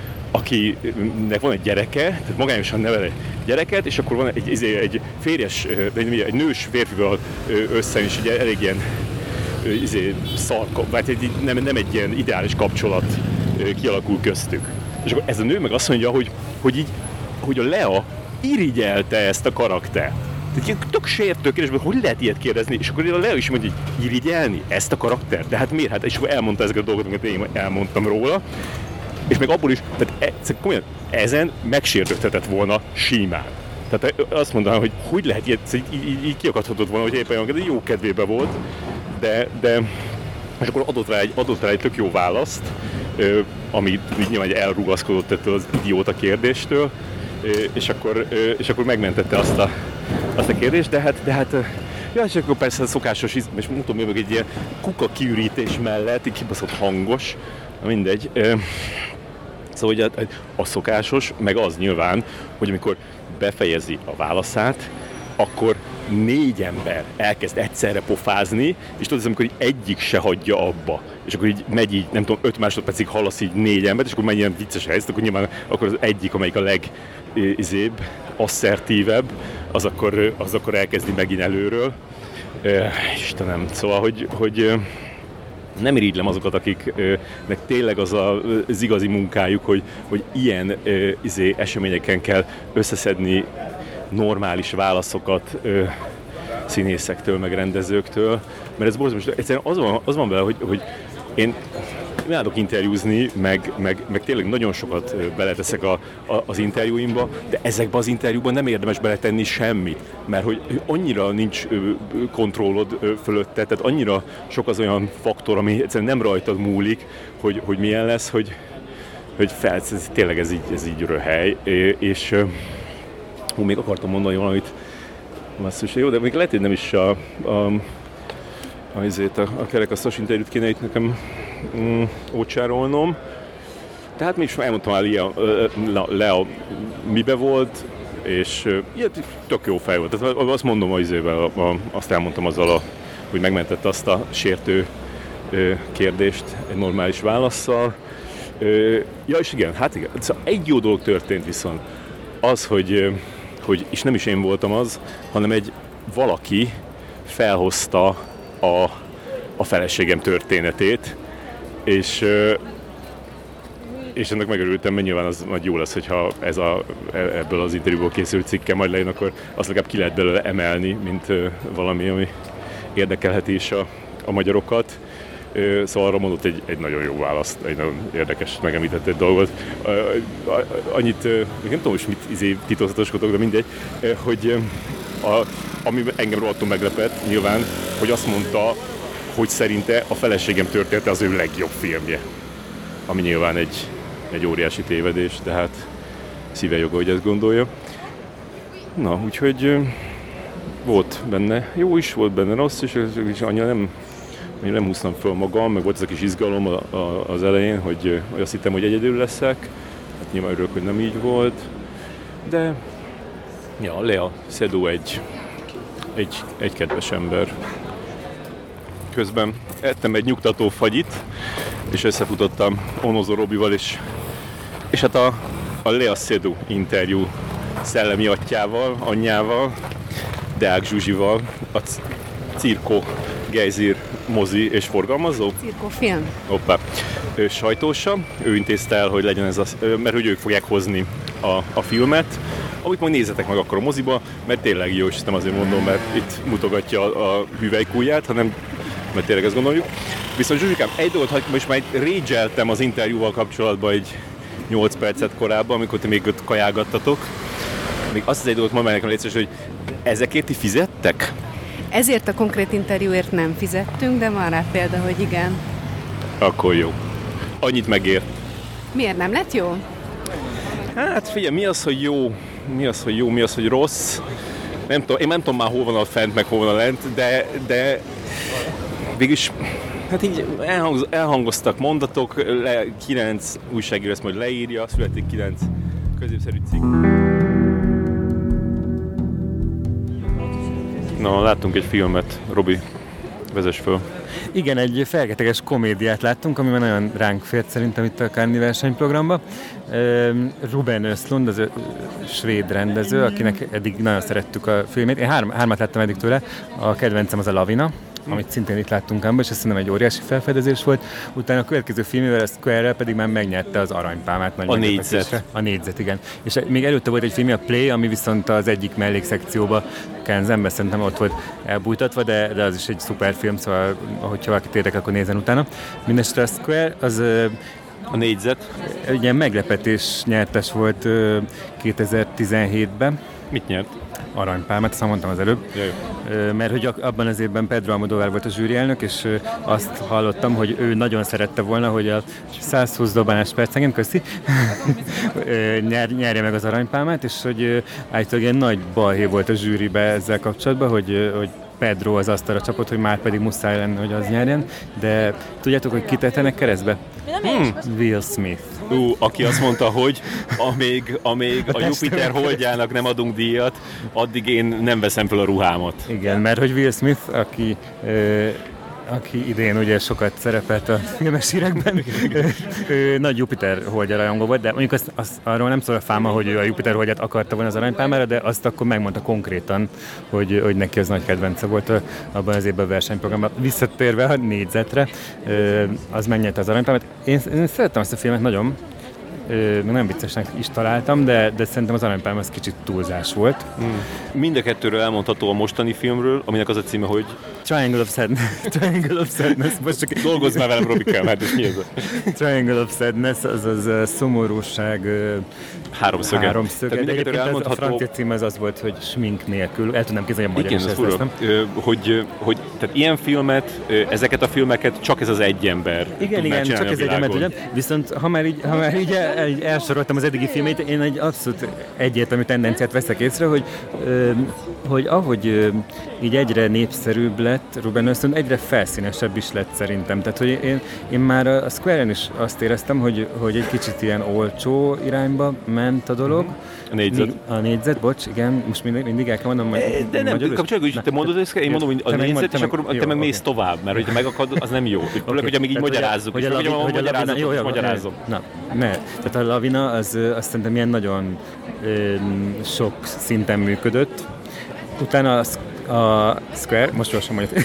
akinek van egy gyereke, tehát magányosan nevel egy gyereket, és akkor van egy, egy, egy férjes, egy, egy nős férfival össze, és egy elég ilyen izé, szarka, vagy egy, nem, nem egy ilyen ideális kapcsolat kialakul köztük. És akkor ez a nő meg azt mondja, hogy, hogy, így, hogy a Lea irigyelte ezt a karaktert. Tehát tök sértő kérdésben, hogy lehet ilyet kérdezni, és akkor a Lea is mondja, hogy irigyelni ezt a karaktert? De hát miért? Hát, és akkor elmondta ezeket a dolgokat, amit én elmondtam róla. És meg abból is, tehát e, komolyan, ezen megsértődhetett volna simán. Tehát azt mondanám, hogy hogy lehet ilyet, így, így, így kiakadhatott volna, hogy éppen olyan, jó kedvében volt, de, de és akkor adott rá egy, adott rá egy tök jó választ, ami nyilván elrugaszkodott ettől az idióta kérdéstől, és akkor, és akkor megmentette azt a, azt a kérdést, de hát, de hát ja, és akkor persze a szokásos, és mutatom még egy ilyen kuka kiürítés mellett, így kibaszott hangos, na mindegy. Szóval ugye a szokásos, meg az nyilván, hogy amikor befejezi a válaszát, akkor négy ember elkezd egyszerre pofázni, és tudod, amikor egyik se hagyja abba. és akkor így megy így, nem tudom, öt másodpercig hallasz így négy embert, és akkor megy ilyen vicces helyzet, akkor nyilván akkor az egyik, amelyik a legizébb, asszertívebb, az akkor, az akkor elkezdi megint előről. Istenem, szóval, hogy, hogy nem irigylem azokat, akiknek tényleg az a, az igazi munkájuk, hogy, hogy ilyen izé, eseményeken kell összeszedni normális válaszokat színészektől, meg rendezőktől, mert ez borzalmas. Egyszerűen az van, az van vele, hogy, hogy én imádok interjúzni, meg, meg, meg tényleg nagyon sokat beleteszek a, a, az interjúimba, de ezekbe az interjúban nem érdemes beletenni semmit, mert hogy annyira nincs kontrollod fölötte, tehát annyira sok az olyan faktor, ami egyszerűen nem rajtad múlik, hogy, hogy milyen lesz, hogy, hogy fel, ez, tényleg ez így, ez így röhely, és hú, még akartam mondani valamit, basszus, jó, de még lehet, hogy nem is a, a, a, a, a kerekasztalos interjút kéne itt nekem mm, ócsárolnom. Tehát még is elmondtam már Lea, Lea mibe volt, és ilyet tök jó fej volt. Tehát azt mondom az izével, azt elmondtam azzal, a, hogy megmentette azt a sértő kérdést egy normális válasszal. Ja, és igen, hát igen. Szóval egy jó dolog történt viszont. Az, hogy, hogy és nem is én voltam az, hanem egy valaki felhozta a, a feleségem történetét, és, és ennek megörültem, mert nyilván az majd jó lesz, hogyha ez a, ebből az interjúból készült cikke majd lejön, akkor azt legalább ki lehet belőle emelni, mint valami, ami érdekelheti is a, a magyarokat. Szóval arra mondott egy, egy nagyon jó választ, egy nagyon érdekes, megemlített egy dolgot. Annyit, nem tudom, hogy mit izé, titokzatoskodok, de mindegy, hogy a, ami engem rohadtul meglepett, nyilván, hogy azt mondta, hogy szerinte a feleségem története az ő legjobb filmje. Ami nyilván egy, egy óriási tévedés, de hát szíve joga, hogy ezt gondolja. Na, úgyhogy volt benne jó is, volt benne rossz, és, és anya nem Én nem húztam föl magam, meg volt ez a kis izgalom a, a, az elején, hogy, hogy azt hittem, hogy egyedül leszek. Hát nyilván örülök, hogy nem így volt. De ja, Lea Seydoux egy, egy, egy kedves ember. Közben ettem egy nyugtató fagyit, és összefutottam Onozó Robival, és, és hát a, a Lea Seydoux interjú szellemi atyjával, anyjával, Deák Zsuzsival, a Cirko Gejzír mozi és forgalmazó? Cirkofilm. Hoppá. Ő sajtósa, ő intézte el, hogy legyen ez a, mert hogy ők fogják hozni a, a filmet, amit majd nézzetek meg akkor a moziba, mert tényleg jó, és nem azért mondom, mert itt mutogatja a, a hüvelykújját, hanem mert tényleg ezt gondoljuk. Viszont Zsuzsikám, egy dolgot, hogy most már rage-eltem az interjúval kapcsolatban egy nyolc percet korábban, amikor ti még ott kajálgattatok. Még azt az egy dolgot mondom nekem létszés, hogy ezekért ti fizettek? Ezért a konkrét interjúért nem fizettünk, de van rá példa, hogy igen. Akkor jó. Annyit megért. Miért nem lett jó? Hát figyelj, mi az, hogy jó, mi az, hogy jó, mi az, hogy rossz. Nem tudom, én nem tudom már hol van a fent, meg hol van a lent, de, de végülis hát így elhang, elhangoztak mondatok, le, kilenc újságíró ezt majd leírja, születik kilenc középszerű cikk. Na, láttunk egy filmet, Robi, vezess föl. Igen, egy fergeteges komédiát láttunk, amiben nagyon ránk fért szerintem itt a Cannes versenyprogramban. Ruben Östlund, az svéd rendező, akinek eddig nagyon szerettük a filmét. Én három, hármat láttam eddig tőle, a kedvencem az a Lavina, amit szintén itt láttunk Cannesban, és ez szerintem egy óriási felfedezés volt. Utána a következő filmével, a Square-rel pedig már megnyerte az aranypálmát. A négyzet. A négyzet, igen. És még előtte volt egy film, a Play, ami viszont az egyik mellékszekcióba Cannes-ben szerintem ott volt elbújtatva, de, de az is egy szuper film, szóval hogyha valakit érdekel, akkor nézzen utána. Mindenesetre a Square az a négyzet. Ugye meglepetés nyertes volt kétezer-tizenhétben. Mit nyert? Aranypálmát, azt mondtam az előbb. Jaj. Mert hogy abban az évben Pedro Almodóvar volt a zsűrielnök, és azt hallottam, hogy ő nagyon szerette volna, hogy a száz húsz dobálás percenként, köszi, nyer, nyerje meg az aranypálmát, és hogy állítólag ilyen nagy balhé volt a zsűribe ezzel kapcsolatban, hogy, hogy Pedro az asztalra csapott, hogy már pedig muszáj lenne, hogy az nyerjen, de tudjátok, hogy kit tettenek keresztbe? Hmm. Will Smith. Ú, aki azt mondta, hogy amíg, amíg a Jupiter holdjának nem adunk díjat, addig én nem veszem fel a ruhámat. Igen, mert hogy Will Smith, aki ö, aki idén ugye sokat szerepelt a filmes hírekben, ő nagy Jupiter holdja rajongó volt, de mondjuk azt, azt, arról nem szól a fáma, hogy ő a Jupiter holdját akarta volna az aranypálmára, de azt akkor megmondta konkrétan, hogy, hogy neki az nagy kedvence volt abban az évben a versenyprogramban. Visszatérve a négyzetre, az megnyerte az aranypálmát. Én, én szerettem azt a filmet nagyon, nem viccesnek is találtam, de, de szerintem az aranypálma az kicsit túlzás volt. Hmm. Mind a kettőről elmondható a mostani filmről, aminek az a címe, hogy Triangle of Sadness. Triangle of Sadness. Most csak... Dolgozz már velem, Robikám, hát és mi ez? Triangle of Sadness, azaz a szomorúság háromszöge. háromszöge. De egyébként elmondható... a francia cím az az volt, hogy smink nélkül. El tudnám képzelni, hogy a magyar is ez lesz, nem? Hogy, hogy tehát ilyen filmet, ezeket a filmeket csak ez az egy ember igen, igen, csak ez egy ember tudja. Viszont ha már így, ha már így el, elsoroltam az eddigi filmét, én egy abszolút egyértelmű tendenciát veszek észre, hogy, hogy ahogy így egyre népszerűbb lett Ruben Östlund, egyre felszínesebb is lett szerintem. Tehát, hogy én, én már a Square-en is azt éreztem, hogy, hogy egy kicsit ilyen olcsó irányba ment a dolog. A négyzet. A négyzet, bocs, igen, most mindig, mindig el kell mondanom. De nem, kapcsolatban, hogy te mondod ezt, én mondom, hogy a négyzet, és akkor te meg mész tovább, mert hogyha megakad, az nem jó. Főleg, hogyha még így magyarázzuk, és hogy a magyarázom. Na, ne. Tehát a Lavina, az azt szerintem ilyen nagyon sok szinten működött. Utána a Square, most gyorsan mondja,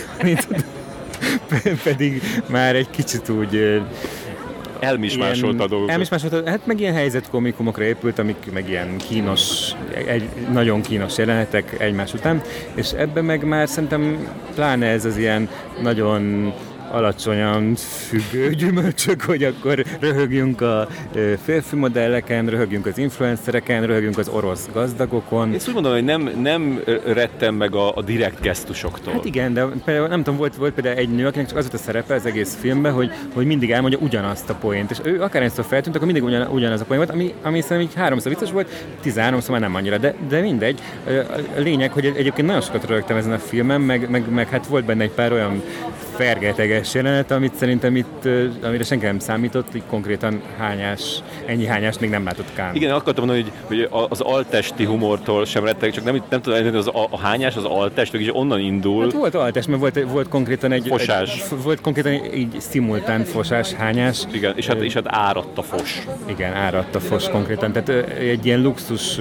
pedig már egy kicsit úgy elmismásolt a dolgokat. Elmismásolt, hát meg ilyen helyzetkomikumokra épült, amik meg ilyen kínos, egy, nagyon kínos jelenetek egymás után, és ebben meg már szerintem pláne ez az ilyen nagyon alacsonyan függő gyümölcsök, hogy akkor röhögjünk a férfi modelleken, röhögjünk az influencereken, röhögjünk az orosz gazdagokon. Én úgy mondom, hogy nem, nem rettem meg a, a direkt gesztusoktól. Hát igen, de például, nem tudom, volt, volt például egy nő, akinek csak az volt a szerepe az egész filmben, hogy, hogy mindig elmondja ugyanazt a poént, és ő akárhányszor feltűnt, akkor mindig ugyan, ugyanaz a poén volt, ami, ami szerintem így háromszor vicces volt, tizenháromszor már nem annyira, de, de mindegy. A lényeg, hogy egyébként nagyon sokat röhögtem ezen a filmen, meg, meg, meg hát volt benne egy pár olyan fergeteges jelenet, amit szerintem itt, amire senki nem számított, hogy konkrétan hányás, ennyi hányást még nem látott Kán. Igen, akartam mondani, hogy, hogy az altesti humortól sem rettek, csak nem, nem tudom, az a, a hányás az altest, és onnan indul. Hát volt altest, mert volt, volt konkrétan egy... Fosás. Egy, volt konkrétan így szimultán fosás, hányás. Igen, és hát, és hát áradt a fos. Igen, áradt a fos konkrétan. Tehát egy ilyen luxus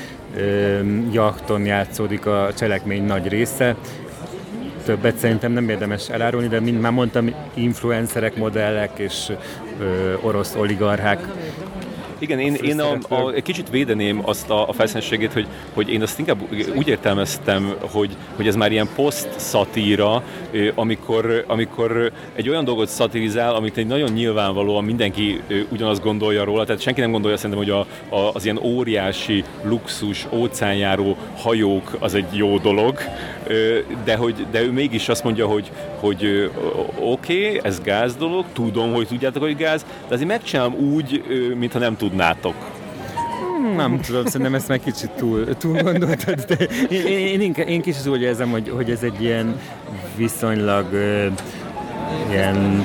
jachton játszódik a cselekmény nagy része. Többet szerintem nem érdemes elárulni, de mint már mondtam, influencerek, modellek és ö, orosz oligarchák. Igen, én, én a, a, egy kicsit védeném azt a, a felszínességét, hogy, hogy én azt inkább úgy értelmeztem, hogy, hogy ez már ilyen poszt-szatíra, amikor, amikor egy olyan dolgot szatirizál, amit egy nagyon nyilvánvalóan mindenki ugyanazt gondolja róla, tehát senki nem gondolja szerintem, hogy a, a, az ilyen óriási, luxus, óceánjáró hajók az egy jó dolog, de, hogy, de ő mégis azt mondja, hogy, hogy oké, okay, ez gáz dolog, tudom, hogy tudjátok, hogy gáz, de azért megcsinálom úgy, mintha nem tudnátok. Nem tudom, szerintem ezt már kicsit túl, túl gondoltad, de én, én, én, én kicsit úgy érzem, hogy, hogy ez egy ilyen viszonylag uh, ilyen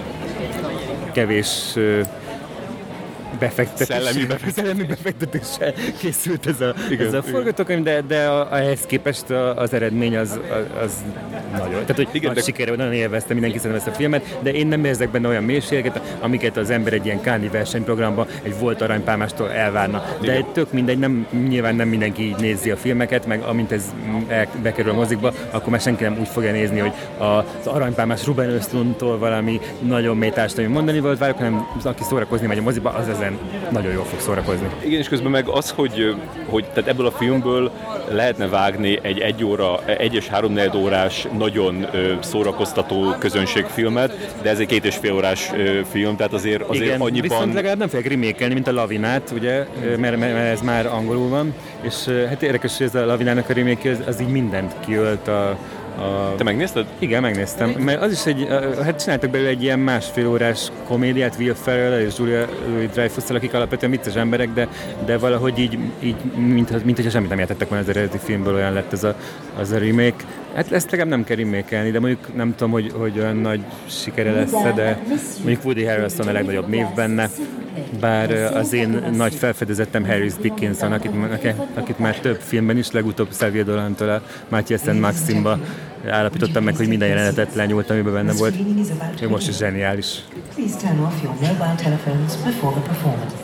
kevés uh, befektetés, szellemi, befektetés. szellemi befektetéssel készült ez a, igen, ez a forgatókönyv, de, de a, ehhez képest a, az eredmény az, az, az nagyon. Tehát, hogy igen, nagy de... sikere, nagyon élvezte, mindenki szerintem ezt a filmet, de én nem érzek benne olyan mélységeket, amiket az ember egy ilyen Cannes-i versenyprogramban egy volt aranypálmástól elvárna. De egy tök mindegy, nem, nyilván nem mindenki így nézi a filmeket, meg amint ez bekerül a mozikba, akkor már senki nem úgy fogja nézni, hogy az aranypálmás Ruben Östlundtól valami nagyon mély társadalmi mondani volt várok, hanem aki szórakozni megy a moziba, az ezen nagyon jól fog szórakozni. Igen, és közben meg az, hogy, hogy tehát ebből a filmből lehetne vágni egy egy óra, egy és háromnegyed órás nagyon szórakoztató közönségfilmet, de ez egy két és fél órás film, tehát azért, azért igen, annyiban... viszont legalább nem fogják remékelni, mint a Lavinát, ugye, mert, mert ez már angolul van, és hát érdekes, hogy ez a Lavinának a remake az, az így mindent kiölt a A... Te megnézted? Igen, megnéztem. Mert az is egy, hát csináltak belőle egy ilyen másfél órás komédiát Will Ferrell és Julia Louis-Dreyfusszal, akik alapvetően vicces emberek, de, de valahogy így, így mint, mint hogyha semmit nem értettek volna az eredeti filmből, olyan lett az a, az a remake. Hát ezt legalább nem kell remake-elni, de mondjuk nem tudom, hogy, hogy olyan nagy sikere lesz, de mondjuk Woody Harrelson a legnagyobb név benne, bár az én nagy felfedezettem Harris Dickinson, akit, akit már több filmben is, legutóbb Xavier Dolan-tól a Mathias and Maximba állapítottam meg, hogy minden jelenetet lenyúlt, amiben benne volt. Még most is zseniális. Please turn off your mobile telephones before the performance.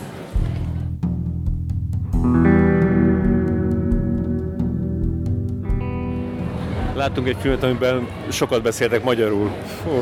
Láttunk egy filmet, amiben sokat beszéltek magyarul. Fú,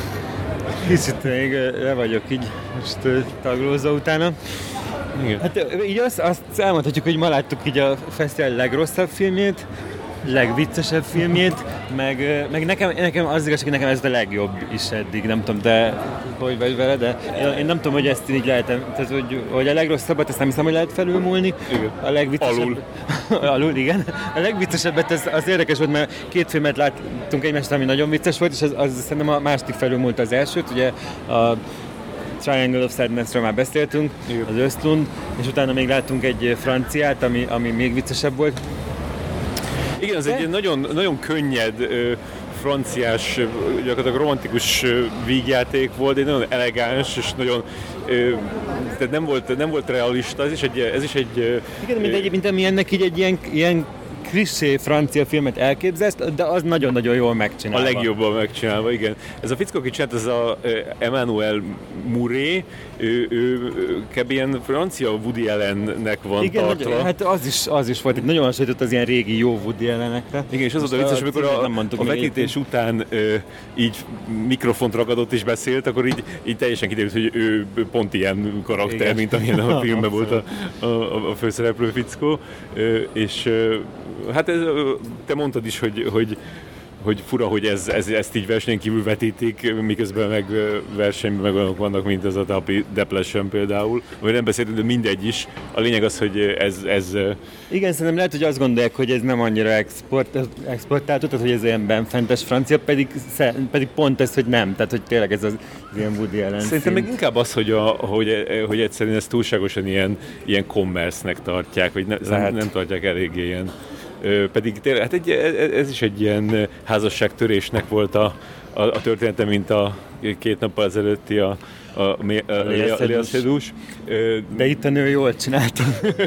kicsit még le vagyok így most taglózva utána. Igen. Hát így azt, azt elmondhatjuk, hogy ma láttuk így a fesztivál legrosszabb filmjét, legviccesebb filmjét, meg, meg nekem, nekem az igazság, hogy nekem ez a legjobb is eddig, nem tudom, de hogy vagy vele, de én, én nem tudom, hogy ezt így lehet, tehát hogy, hogy a legrosszabbat ezt nem hiszem, hogy lehet felülmúlni. Igen. A legviccesebb... Alul. Alul, igen. A legbiztosabbet, az, az érdekes volt, mert két filmet láttunk egymást, ami nagyon vicces volt, és az, az szerintem a második felülmúlt az elsőt, ugye a Triangle of Sadness-ről már beszéltünk, igen. Az Östlund, és utána még láttunk egy franciát, ami, ami még viccesebb volt. Igen, ez egy nagyon, nagyon könnyed, franciás, gyakorlatilag romantikus vígjáték volt, egy nagyon elegáns, és nagyon, tehát nem volt, nem volt realista, ez is egy... Ez is egy igen, mint, egy, mint amilyennek így egy ilyen, ilyen klissé francia filmet elképzelsz, de az nagyon-nagyon jól megcsinálva. A legjobban megcsinálva, igen. Ez a fickó, aki csinált, ez a Emmanuel Mouret, ő, ő, ő kb. Ilyen francia Woody Allennek van igen, tartva. Igen, hát az is, az is volt, nagyon hasonlított az ilyen régi jó Woody Allenekre. Igen, és az volt a vicces, amikor a, a vetítés után ö, így mikrofont ragadott és beszélt, akkor így, így teljesen kiderült, hogy ő pont ilyen karakter, igen. Mint amilyen a filmben volt a, a, a főszereplő fickó. Ö, és ö, hát ez, te mondtad is, hogy, hogy, hogy fura, hogy ez, ez, ezt így versenyen kívül vetítik, miközben meg versenyben meg olyanok vannak, mint ez a Happy Depression például, vagy nem beszéltünk, de mindegy is. A lényeg az, hogy ez... ez igen, szerintem lehet, hogy azt gondolják, hogy ez nem annyira export, exportált, tehát hogy ez ilyen benfentes francia, pedig, pedig pont ez, hogy nem, tehát hogy tényleg ez az ilyen Woody Allen szerintem még inkább az, hogy, a, hogy, hogy egyszerűen ezt túlságosan ilyen, ilyen commerce-nek tartják, vagy ne, nem, nem tartják eléggé ilyen. Ö, pedig tényleg, hát egy, ez is egy ilyen házasságtörésnek volt a, a, a története, mint a két nappal ezelőtti a, a, a Léa Seydoux. De itt a nő jól csinálta.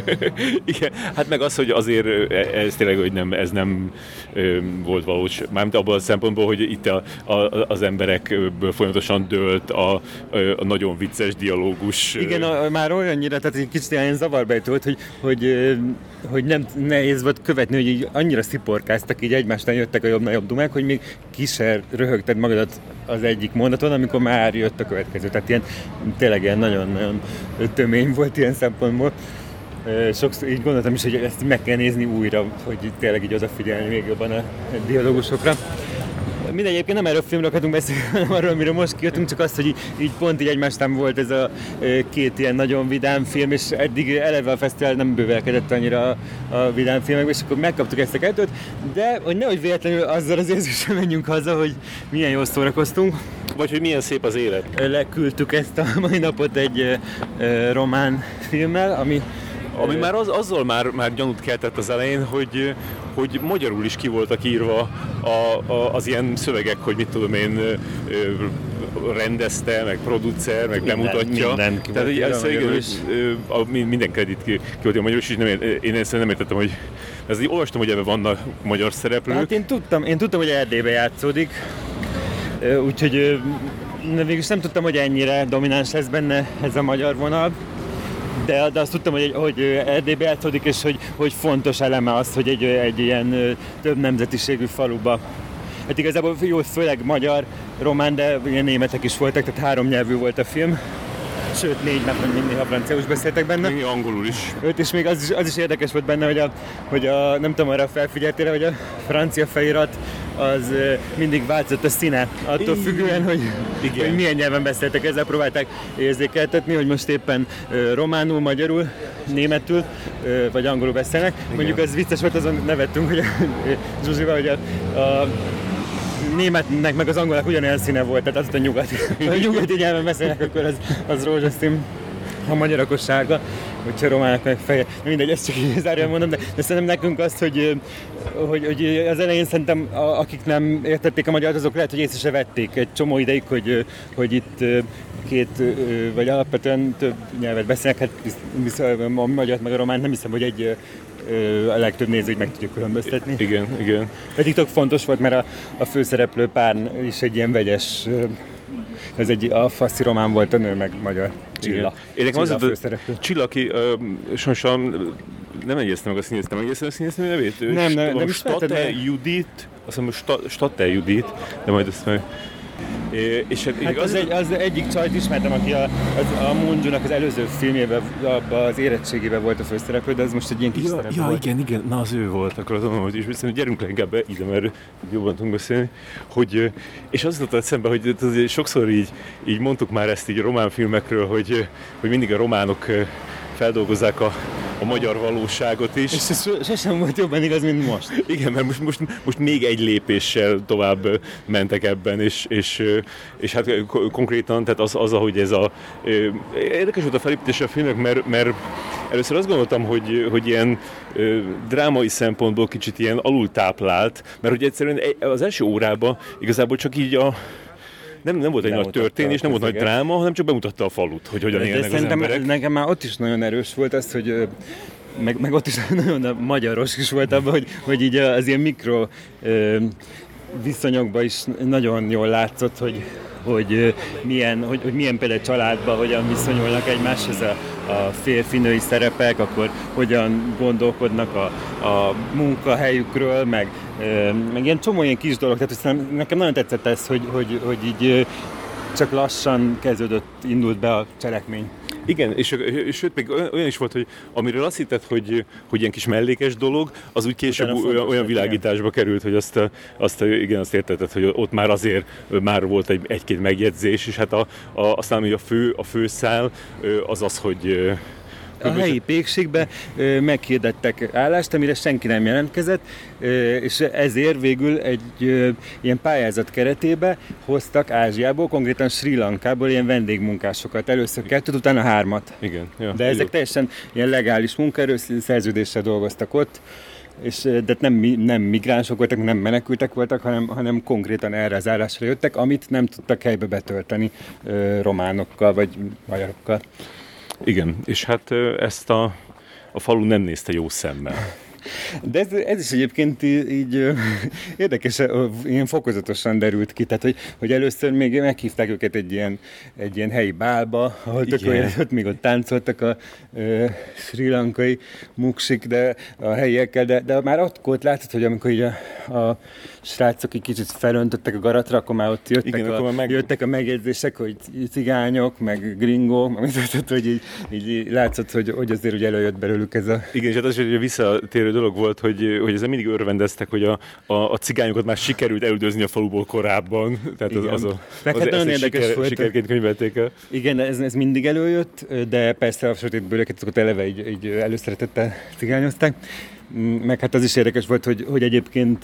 Igen, hát meg az, hogy azért ez tényleg, hogy nem, ez nem volt valós. Mármint abban a szempontból, hogy itt a, a, az emberekből folyamatosan dőlt a, a nagyon vicces dialógus. Igen, a, már olyannyira, tehát egy kicsit ilyen zavarbejtő volt, hogy, hogy, hogy nem nehéz volt követni, hogy így annyira sziporkáztak, így egymástán jöttek a jobb-nagyobb dumák, hogy még ki se röhögted magadat az egyik mondaton, amikor már jött a következő. Tehát ilyen, tényleg ilyen nagyon-nagyon tömény volt ilyen szempontból. Sokszor így gondoltam is, hogy ezt meg kell nézni újra, hogy tényleg így odafigyelni még jobban a dialógusokra. Mindegy, egyébként nem erről a filmről akartunk beszélni, hanem arról, amiről most kijöttünk, csak azt, hogy így, így pont így egymástan volt ez a két ilyen nagyon vidám film, és eddig eleve a fesztivál nem bővelkedett annyira a, a vidám filmekbe, és akkor megkaptuk ezt a kettőt, de hogy nehogy véletlenül azzal az érzéssel menjünk haza, hogy milyen jól szórakoztunk. Vagy hogy milyen szép az élet. Leküldtük ezt a mai napot egy e, román filmmel, ami Ami már az, azzal már, már gyanút keltett az elején, hogy, hogy magyarul is ki voltak írva a, a, az ilyen szövegek, hogy mit tudom én, rendezte, meg producer, meg minden, bemutatja. Minden ki volt írva magyarul is. Minden kredit ki, ki volt magyarul is, és nem, én ezt nem értettem, hogy ez így olvastam, hogy ebben vannak magyar szereplők. Hát én tudtam, én tudtam, hogy Erdélyben játszódik, úgyhogy végülis nem tudtam, hogy ennyire domináns lesz benne ez a magyar vonal. De, de azt tudtam, hogy, hogy Erdélybe játszódik, és hogy, hogy fontos eleme az, hogy egy, egy ilyen több nemzetiségű faluba. Hát igazából jó, főleg magyar, román, de ilyen németek is voltak, tehát három nyelvű volt a film. Sőt, négy, mert néha franciául is beszéltek benne. Még angolul is. Öt, és még az is, az is érdekes volt benne, hogy, a, hogy a, nem tudom, arra felfigyeltél, hogy a francia felirat az mindig változott a színe, attól függően, hogy, hogy milyen nyelven beszéltek. Ezzel próbálták érzékeltetni, hogy most éppen románul, magyarul, németül vagy angolul beszélnek. Igen. Mondjuk az vicces volt, azon nevettünk, hogy Zsuzsival, hogy a, a németnek meg az angolnak ugyanolyan színe volt, tehát az a nyugati. Ha a nyugati nyelven beszélnek, akkor az, az rózsaszín, a magyar akkor sárga, hogyha románnak meg feje. Mindegy, ezt csak így zárján mondom, de, de szerintem nekünk azt, hogy, hogy, hogy az elején szerintem akik nem értették a magyart, azok lehet, hogy észre se vették egy csomó ideig, hogy, hogy itt két, vagy alapvetően több nyelvet beszélnek, hát viszont a magyar meg a román nem hiszem, hogy egy a legtöbb nézőig meg tudjuk különböztetni. Igen, igen. Pedig tök fontos volt, mert a, a főszereplő pár is egy ilyen vegyes, ez egy a faszi román volt, a nő meg magyar. Csilla. Én nekem az a a főszereplő. Csilla, aki sajnos nem egyeztem meg a színésznő, megegyeztem a színésznő nevét? Nem, nem, nem State ismerted, Judit, azt hiszem, State Judit, de majd ezt meg... É, és hát, hát az, egy, az egyik csajt ismertem, aki a, az, a Moonju-nak az előző filmjében, abban az érettségében volt a főszereplő, de ez most egy ilyen kis ja, szerep ja, volt. igen, igen, na az ő volt, akkor azon, hogy is beszélni, gyerünk le inkább be ide, mert jobban tudunk beszélni, hogy, és az jutott eszembe, hogy azért sokszor így, így mondtuk már ezt így a román filmekről, hogy, hogy mindig a románok feldolgozzák a, a magyar valóságot is. És ez sosem volt jobban igaz, mint most. Igen, mert most, most, most még egy lépéssel tovább mentek ebben, és, és, és hát konkrétan, tehát az, az ahogy ez a... Érdekes volt a felépítése a filmnek, mert, mert először azt gondoltam, hogy, hogy ilyen drámai szempontból kicsit ilyen alultáplált, mert hogy egyszerűen az első órában igazából csak így a Nem, nem volt egy nagy történés, nem volt nagy dráma, hanem csak bemutatta a falut, hogy hogyan élnek az emberek. Nekem már ott is nagyon erős volt az, hogy meg, meg ott is nagyon magyaros is volt abban, hogy, hogy így az ilyen mikro ö, viszonyokban is nagyon jól látszott, hogy, hogy, milyen, hogy, hogy milyen például családban hogyan viszonyulnak egymáshoz a, a férfi-női szerepek, akkor hogyan gondolkodnak a, a munkahelyükről, meg, meg ilyen csomó ilyen kis dolog. Tehát nekem nagyon tetszett ez, hogy, hogy, hogy így csak lassan kezdődött, indult be a cselekmény. Igen, és, és sőt, még olyan is volt, hogy amiről azt hitted, hogy, hogy ilyen kis mellékes dolog, az úgy később olyan, olyan világításba került, hogy azt, azt, igen, azt értetted, hogy ott már azért már volt egy, egy-két megjegyzés, és hát a, a, aztán a fő, a főszál az az, hogy a helyi pékségbe meghirdettek állást, amire senki nem jelentkezett, és ezért végül egy ilyen pályázat keretébe hoztak Ázsiából, konkrétan Sri Lankából ilyen vendégmunkásokat. Először kettőt, utána hármat. Igen, ja, de ezek teljesen ilyen legális munkaerő szerződéssel dolgoztak ott, és, de nem, nem migránsok voltak, nem menekültek voltak, hanem, hanem konkrétan erre az állásra jöttek, amit nem tudtak helybe betölteni románokkal vagy magyarokkal. Igen, és hát ezt a, a falu nem nézte jó szemmel. De ez, ez is egyébként így, így érdekes, ilyen fokozatosan derült ki, tehát hogy, hogy először még meghívták őket egy ilyen, egy ilyen helyi bálba, ahol tök olyan, ott még ott táncoltak a ö, sri lankai muksik, de a helyiekkel, de, de már ott, ott látszott, hogy amikor így a, a srácok egy kicsit felöntöttek a garatra, akkor már ott jöttek, igen, a, meg... jöttek a megjegyzések, hogy cigányok, meg gringók, meg tehát, hogy így, így látszott, hogy, hogy azért úgy előjött belőlük ez a... Igen, és hát az is visszatérő dolog volt, hogy, hogy ezzel mindig örvendeztek, hogy a, a, a cigányokat már sikerült elüldözni a faluból korábban. Tehát az, az, a, az, az nagyon érdekes siker, volt. Sikerként könyvelték el. Igen, ez, ez mindig előjött, de persze a sötétbőröket azokat eleve így, így előszeretettel cigányozták. Meg hát az is érdekes volt, hogy, hogy egyébként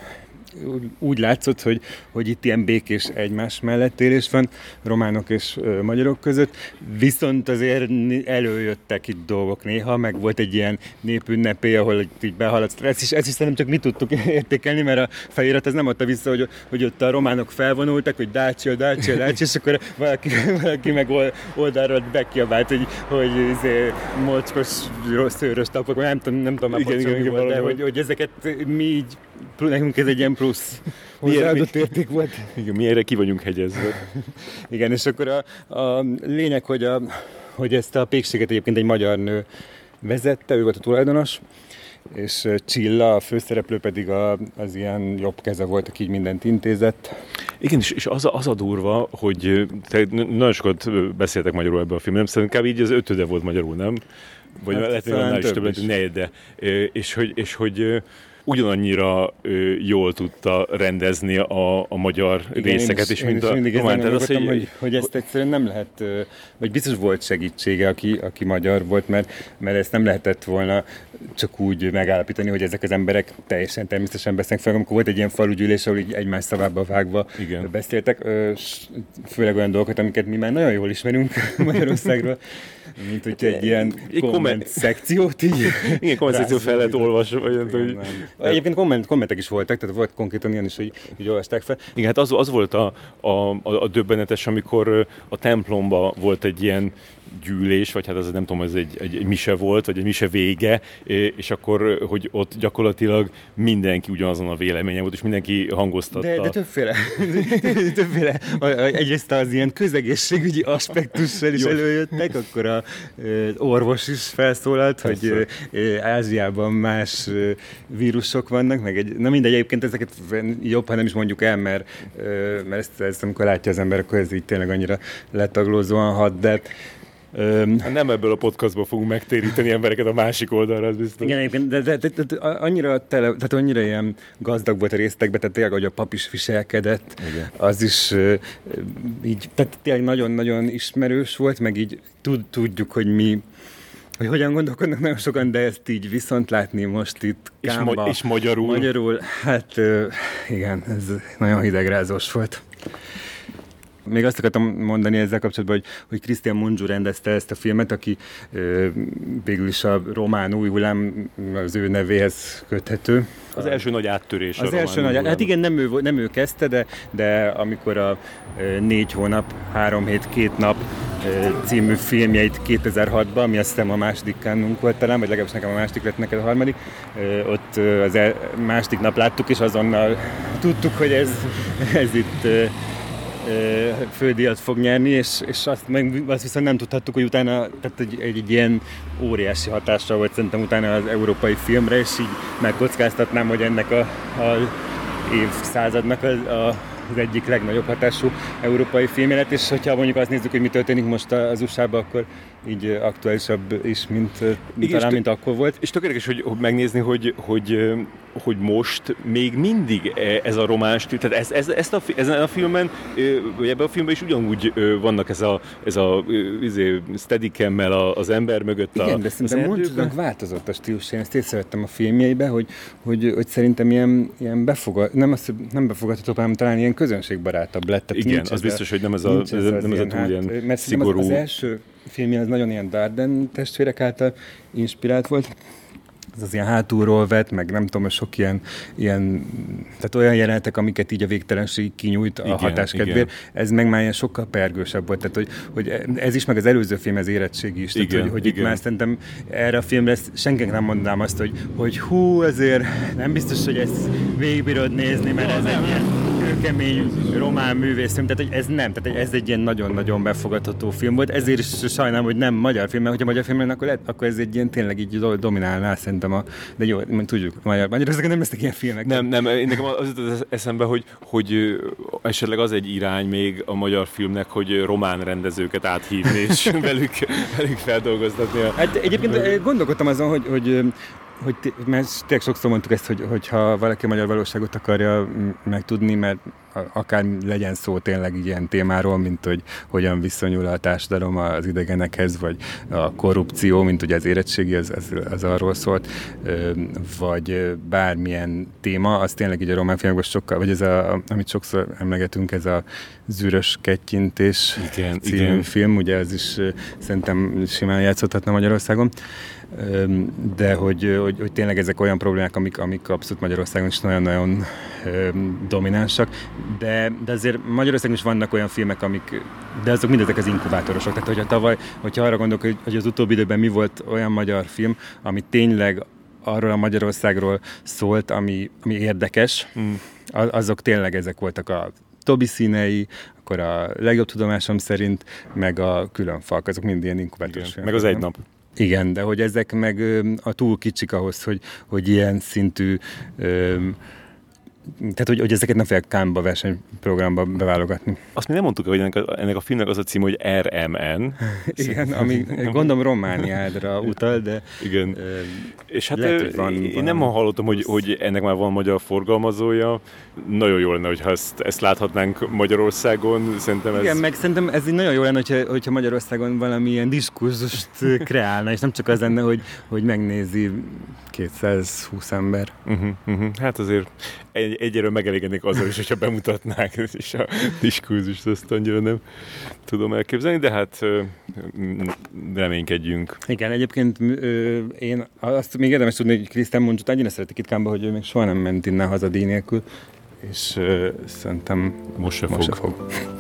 úgy látszott, hogy, hogy itt ilyen békés egymás mellett élés van románok és ö, magyarok között, viszont azért előjöttek itt dolgok néha, meg volt egy ilyen népünnepé, ahol így behaladsz. Ezt is, ezt is szerintem csak mi tudtuk értékelni, mert a felirat ez nem adta vissza, hogy, hogy ott a románok felvonultak, hogy dácsia, dácsia, dácsia, és akkor valaki, valaki meg oldalról bekiabált, hogy, hogy izé, mocskos, szőrös tapok, nem tudom, nem tudom, igen, igen, igen, volt, de hogy, hogy ezeket mi így, nekünk ez egy ilyen plusz hozzáadott érték volt. Igen, mi erre ki vagyunk hegyezve. Igen, és akkor a, a lényeg, hogy, a, hogy ezt a pékséget egyébként egy magyar nő vezette, ő volt a tulajdonos, és Csilla, a főszereplő pedig a, az ilyen jobb keze volt, aki így mindent intézett. Igen, és, és az, a, az a durva, hogy te nagyon sokat beszéltek magyarul ebben a filmben, nem szerintem így az ötöde volt magyarul, nem? Vagy hát lehet, hogy annál is több, lett, negyede. És hogy, és hogy ugyanannyira ö, jól tudta rendezni a, a magyar igen, részeket is, mint a román. Tehát az, hogy, hogy, hogy ezt egyszerűen nem lehet, vagy biztos volt segítsége, aki, aki magyar volt, mert, mert ezt nem lehetett volna csak úgy megállapítani, hogy ezek az emberek teljesen természetesen beszélnek fel, amikor volt egy ilyen falugyűlés, ahol így egymás szavába vágva igen. beszéltek, főleg olyan dolgokat, amiket mi már nagyon jól ismerünk Magyarországról, Mint hogy egy ilyen egy komment komment szekciót így... Igen, komment szekció fel lehet olvasni. Vagy nem tudom, hogy... Egyébként komment, kommentek is voltak, tehát volt konkrétan ilyen is, hogy így olvasták fel. Igen, hát az, az volt a, a, a, a döbbenetes, amikor a templomba volt egy ilyen gyűlés, vagy hát az nem tudom, ez egy, egy, egy mise volt, vagy egy mise vége, és akkor, hogy ott gyakorlatilag mindenki ugyanazon a véleményen volt, és mindenki hangoztatta. De, de többféle, többféle, egyrészt az ilyen közegészségügyi aspektussal is előjöttek, akkor a, az orvos is felszólalt, Persze. hogy Ázsiában más vírusok vannak, meg egy, na mindegy, egyébként ezeket jobb, ha nem is mondjuk el, mert, mert ezt, ezt amikor látja az ember, akkor ez így tényleg annyira letaglózóan hat, de Um, nem ebből a podcastból fogunk megtéríteni embereket a másik oldalra, az biztos. Igen, egyébként, de, de, de, de, de annyira, tele, tehát annyira ilyen gazdag volt a résztekben, tehát tényleg, hogy a pap is viselkedett, igen. Az is uh, így, tehát tényleg nagyon-nagyon ismerős volt, meg így tud, tudjuk, hogy mi, hogy hogyan gondolkodnak nagyon sokan, de ezt így viszont látni most itt Kámba. És, ma- és magyarul. Magyarul, hát uh, igen, ez nagyon hidegrázós volt. Még azt akartam mondani ezzel kapcsolatban, hogy, hogy Cristian Mungiu rendezte ezt a filmet, aki ö, végül is a román új hullám az ő nevéhez köthető. Az első nagy áttörés. Az első nagy, hát igen, nem ő, nem ő kezdte, de, de amikor a ö, négy hónap, három hét, két nap ö, című filmjeit kétezer-hatban, ami azt hiszem a második Cannes-unk volt talán, vagy legalábbis nekem a második lett, neked a harmadik, ö, ott ö, az el, második nap láttuk, és azonnal tudtuk, hogy ez, ez itt ö, fődíjat fog nyerni, és, és azt, meg, azt viszont nem tudhattuk, hogy utána tehát egy, egy, egy ilyen óriási hatással volt szerintem utána az európai filmre, és így megkockáztatnám, hogy ennek a, a évszázadnak az, a, az egyik legnagyobb hatású európai filmje lett, és hogyha mondjuk azt nézzük, hogy mi történik most az u es á-ban, akkor így aktuálisabb is, mint, mint talán, mint akkor volt. És tök érdekes, hogy, hogy megnézni, hogy, hogy, hogy most még mindig ez a román stíl, tehát ez, ez, ezt a, ezen a filmen, vagy ebben a filmben is ugyanúgy vannak ez a, ez a izé, steadicam-mel az ember mögött. Igen, a, de szerintem Mungiunak változott a stílus. Én ezt észrevettem a filmjeiben, hogy, hogy, hogy szerintem ilyen, ilyen befogad, nem, azt, nem befogadható, hanem talán ilyen közönségbarátabb lett. Tehát igen, az biztos, a, hogy nem ez a, ez ez nem ez a túl ilyen hát, mert szigorú. Az, az első filmje az nagyon ilyen Dardenne testvérek által inspirált volt. Ez az ilyen hátulról vett, meg nem tudom, sok ilyen, ilyen tehát olyan jelenetek, amiket így a végtelenség kinyújt a hatáskedvéért. Ez meg már ilyen sokkal pergősebb volt. Tehát, hogy, hogy ez is, meg az előző film, ez érettségi is. Tehát, igen, hogy, hogy itt már szerintem erre a filmre senkinek nem mondanám azt, hogy, hogy hú, azért nem biztos, hogy ezt végigbírod nézni, mert ez egy ilyen kemény román művészfilm, tehát hogy ez nem, tehát ez egy ilyen nagyon-nagyon befogadható film volt, ezért is sajnálom, hogy nem magyar film, mert hogyha magyar film lenne, akkor, lehet, akkor ez egy ilyen tényleg így dominálná szerintem a, de jó, tudjuk, magyar, Magyarországon nem lesznek ilyen filmek. Nem, nem, nekem az jutott eszembe, hogy, hogy esetleg az egy irány még a magyar filmnek, hogy román rendezőket áthívni, és velük, velük feldolgoztatni. A... Hát egyébként gondolkodtam azon, hogy, hogy hogy mert tényleg sokszor mondtuk ezt, hogy, hogyha valaki a magyar valóságot akarja megtudni, mert akár legyen szó tényleg ilyen témáról, mint hogy hogyan viszonyul a társadalom az idegenekhez, vagy a korrupció, mint ugye az érettségi, az, az, az arról szólt, vagy bármilyen téma, az tényleg így a román filmekben sokkal, vagy ez a, amit sokszor emlegetünk, ez a Zűrös kettyintés igen, című igen. film, ugye ez is szerintem simán játszhatna Magyarországon. De hogy, hogy, hogy tényleg ezek olyan problémák, amik, amik abszolút Magyarországon is nagyon-nagyon dominánsak, de, de azért Magyarországon is vannak olyan filmek, amik, de azok mindezek az inkubátorosok. Tehát hogyha tavaly, hogyha arra gondolok, hogy, hogy az utóbbi időben mi volt olyan magyar film, ami tényleg arról a Magyarországról szólt, ami, ami érdekes, mm. azok tényleg ezek voltak a Tobi színei, akkor a Legjobb tudomásom szerint, meg a Különfalk, azok mind ilyen inkubátoros filmek. Meg az Egy nap. Igen, de hogy ezek meg ö, a túl kicsik ahhoz, hogy, hogy ilyen szintű, ö, tehát hogy, hogy ezeket nem fogják Cannes-ba versenyprogramba beválogatni. Azt mi nem mondtuk, hogy ennek a, ennek a filmnek az a cím, hogy er em en. Igen, ami gondolom Romániádra utal, de... Igen. Ö, és hát lehet, van, én van. nem hallottam, hogy, hogy ennek már van magyar forgalmazója. Nagyon jó lenne, hogyha ezt, ezt láthatnánk Magyarországon. Szerintem ez... Igen, meg szerintem ez így nagyon jó lenne, hogyha, hogyha Magyarországon valamilyen diskurzust kreálna, és nem csak az lenne, hogy, hogy megnézi kétszázhúsz ember. Uh-huh, uh-huh. Hát azért egy, egyről megelégednék azzal is, hogyha bemutatnák, és a diskurzust azt annyira nem tudom elképzelni, de hát reménykedjünk. Igen, egyébként ö, én azt még érdemes tudni, hogy Krisztán Moncsot annyira szeretik itt Kámba, hogy ő még soha nem ment innen haza díj nélkül, és ö, szerintem most se most fog. Se fog.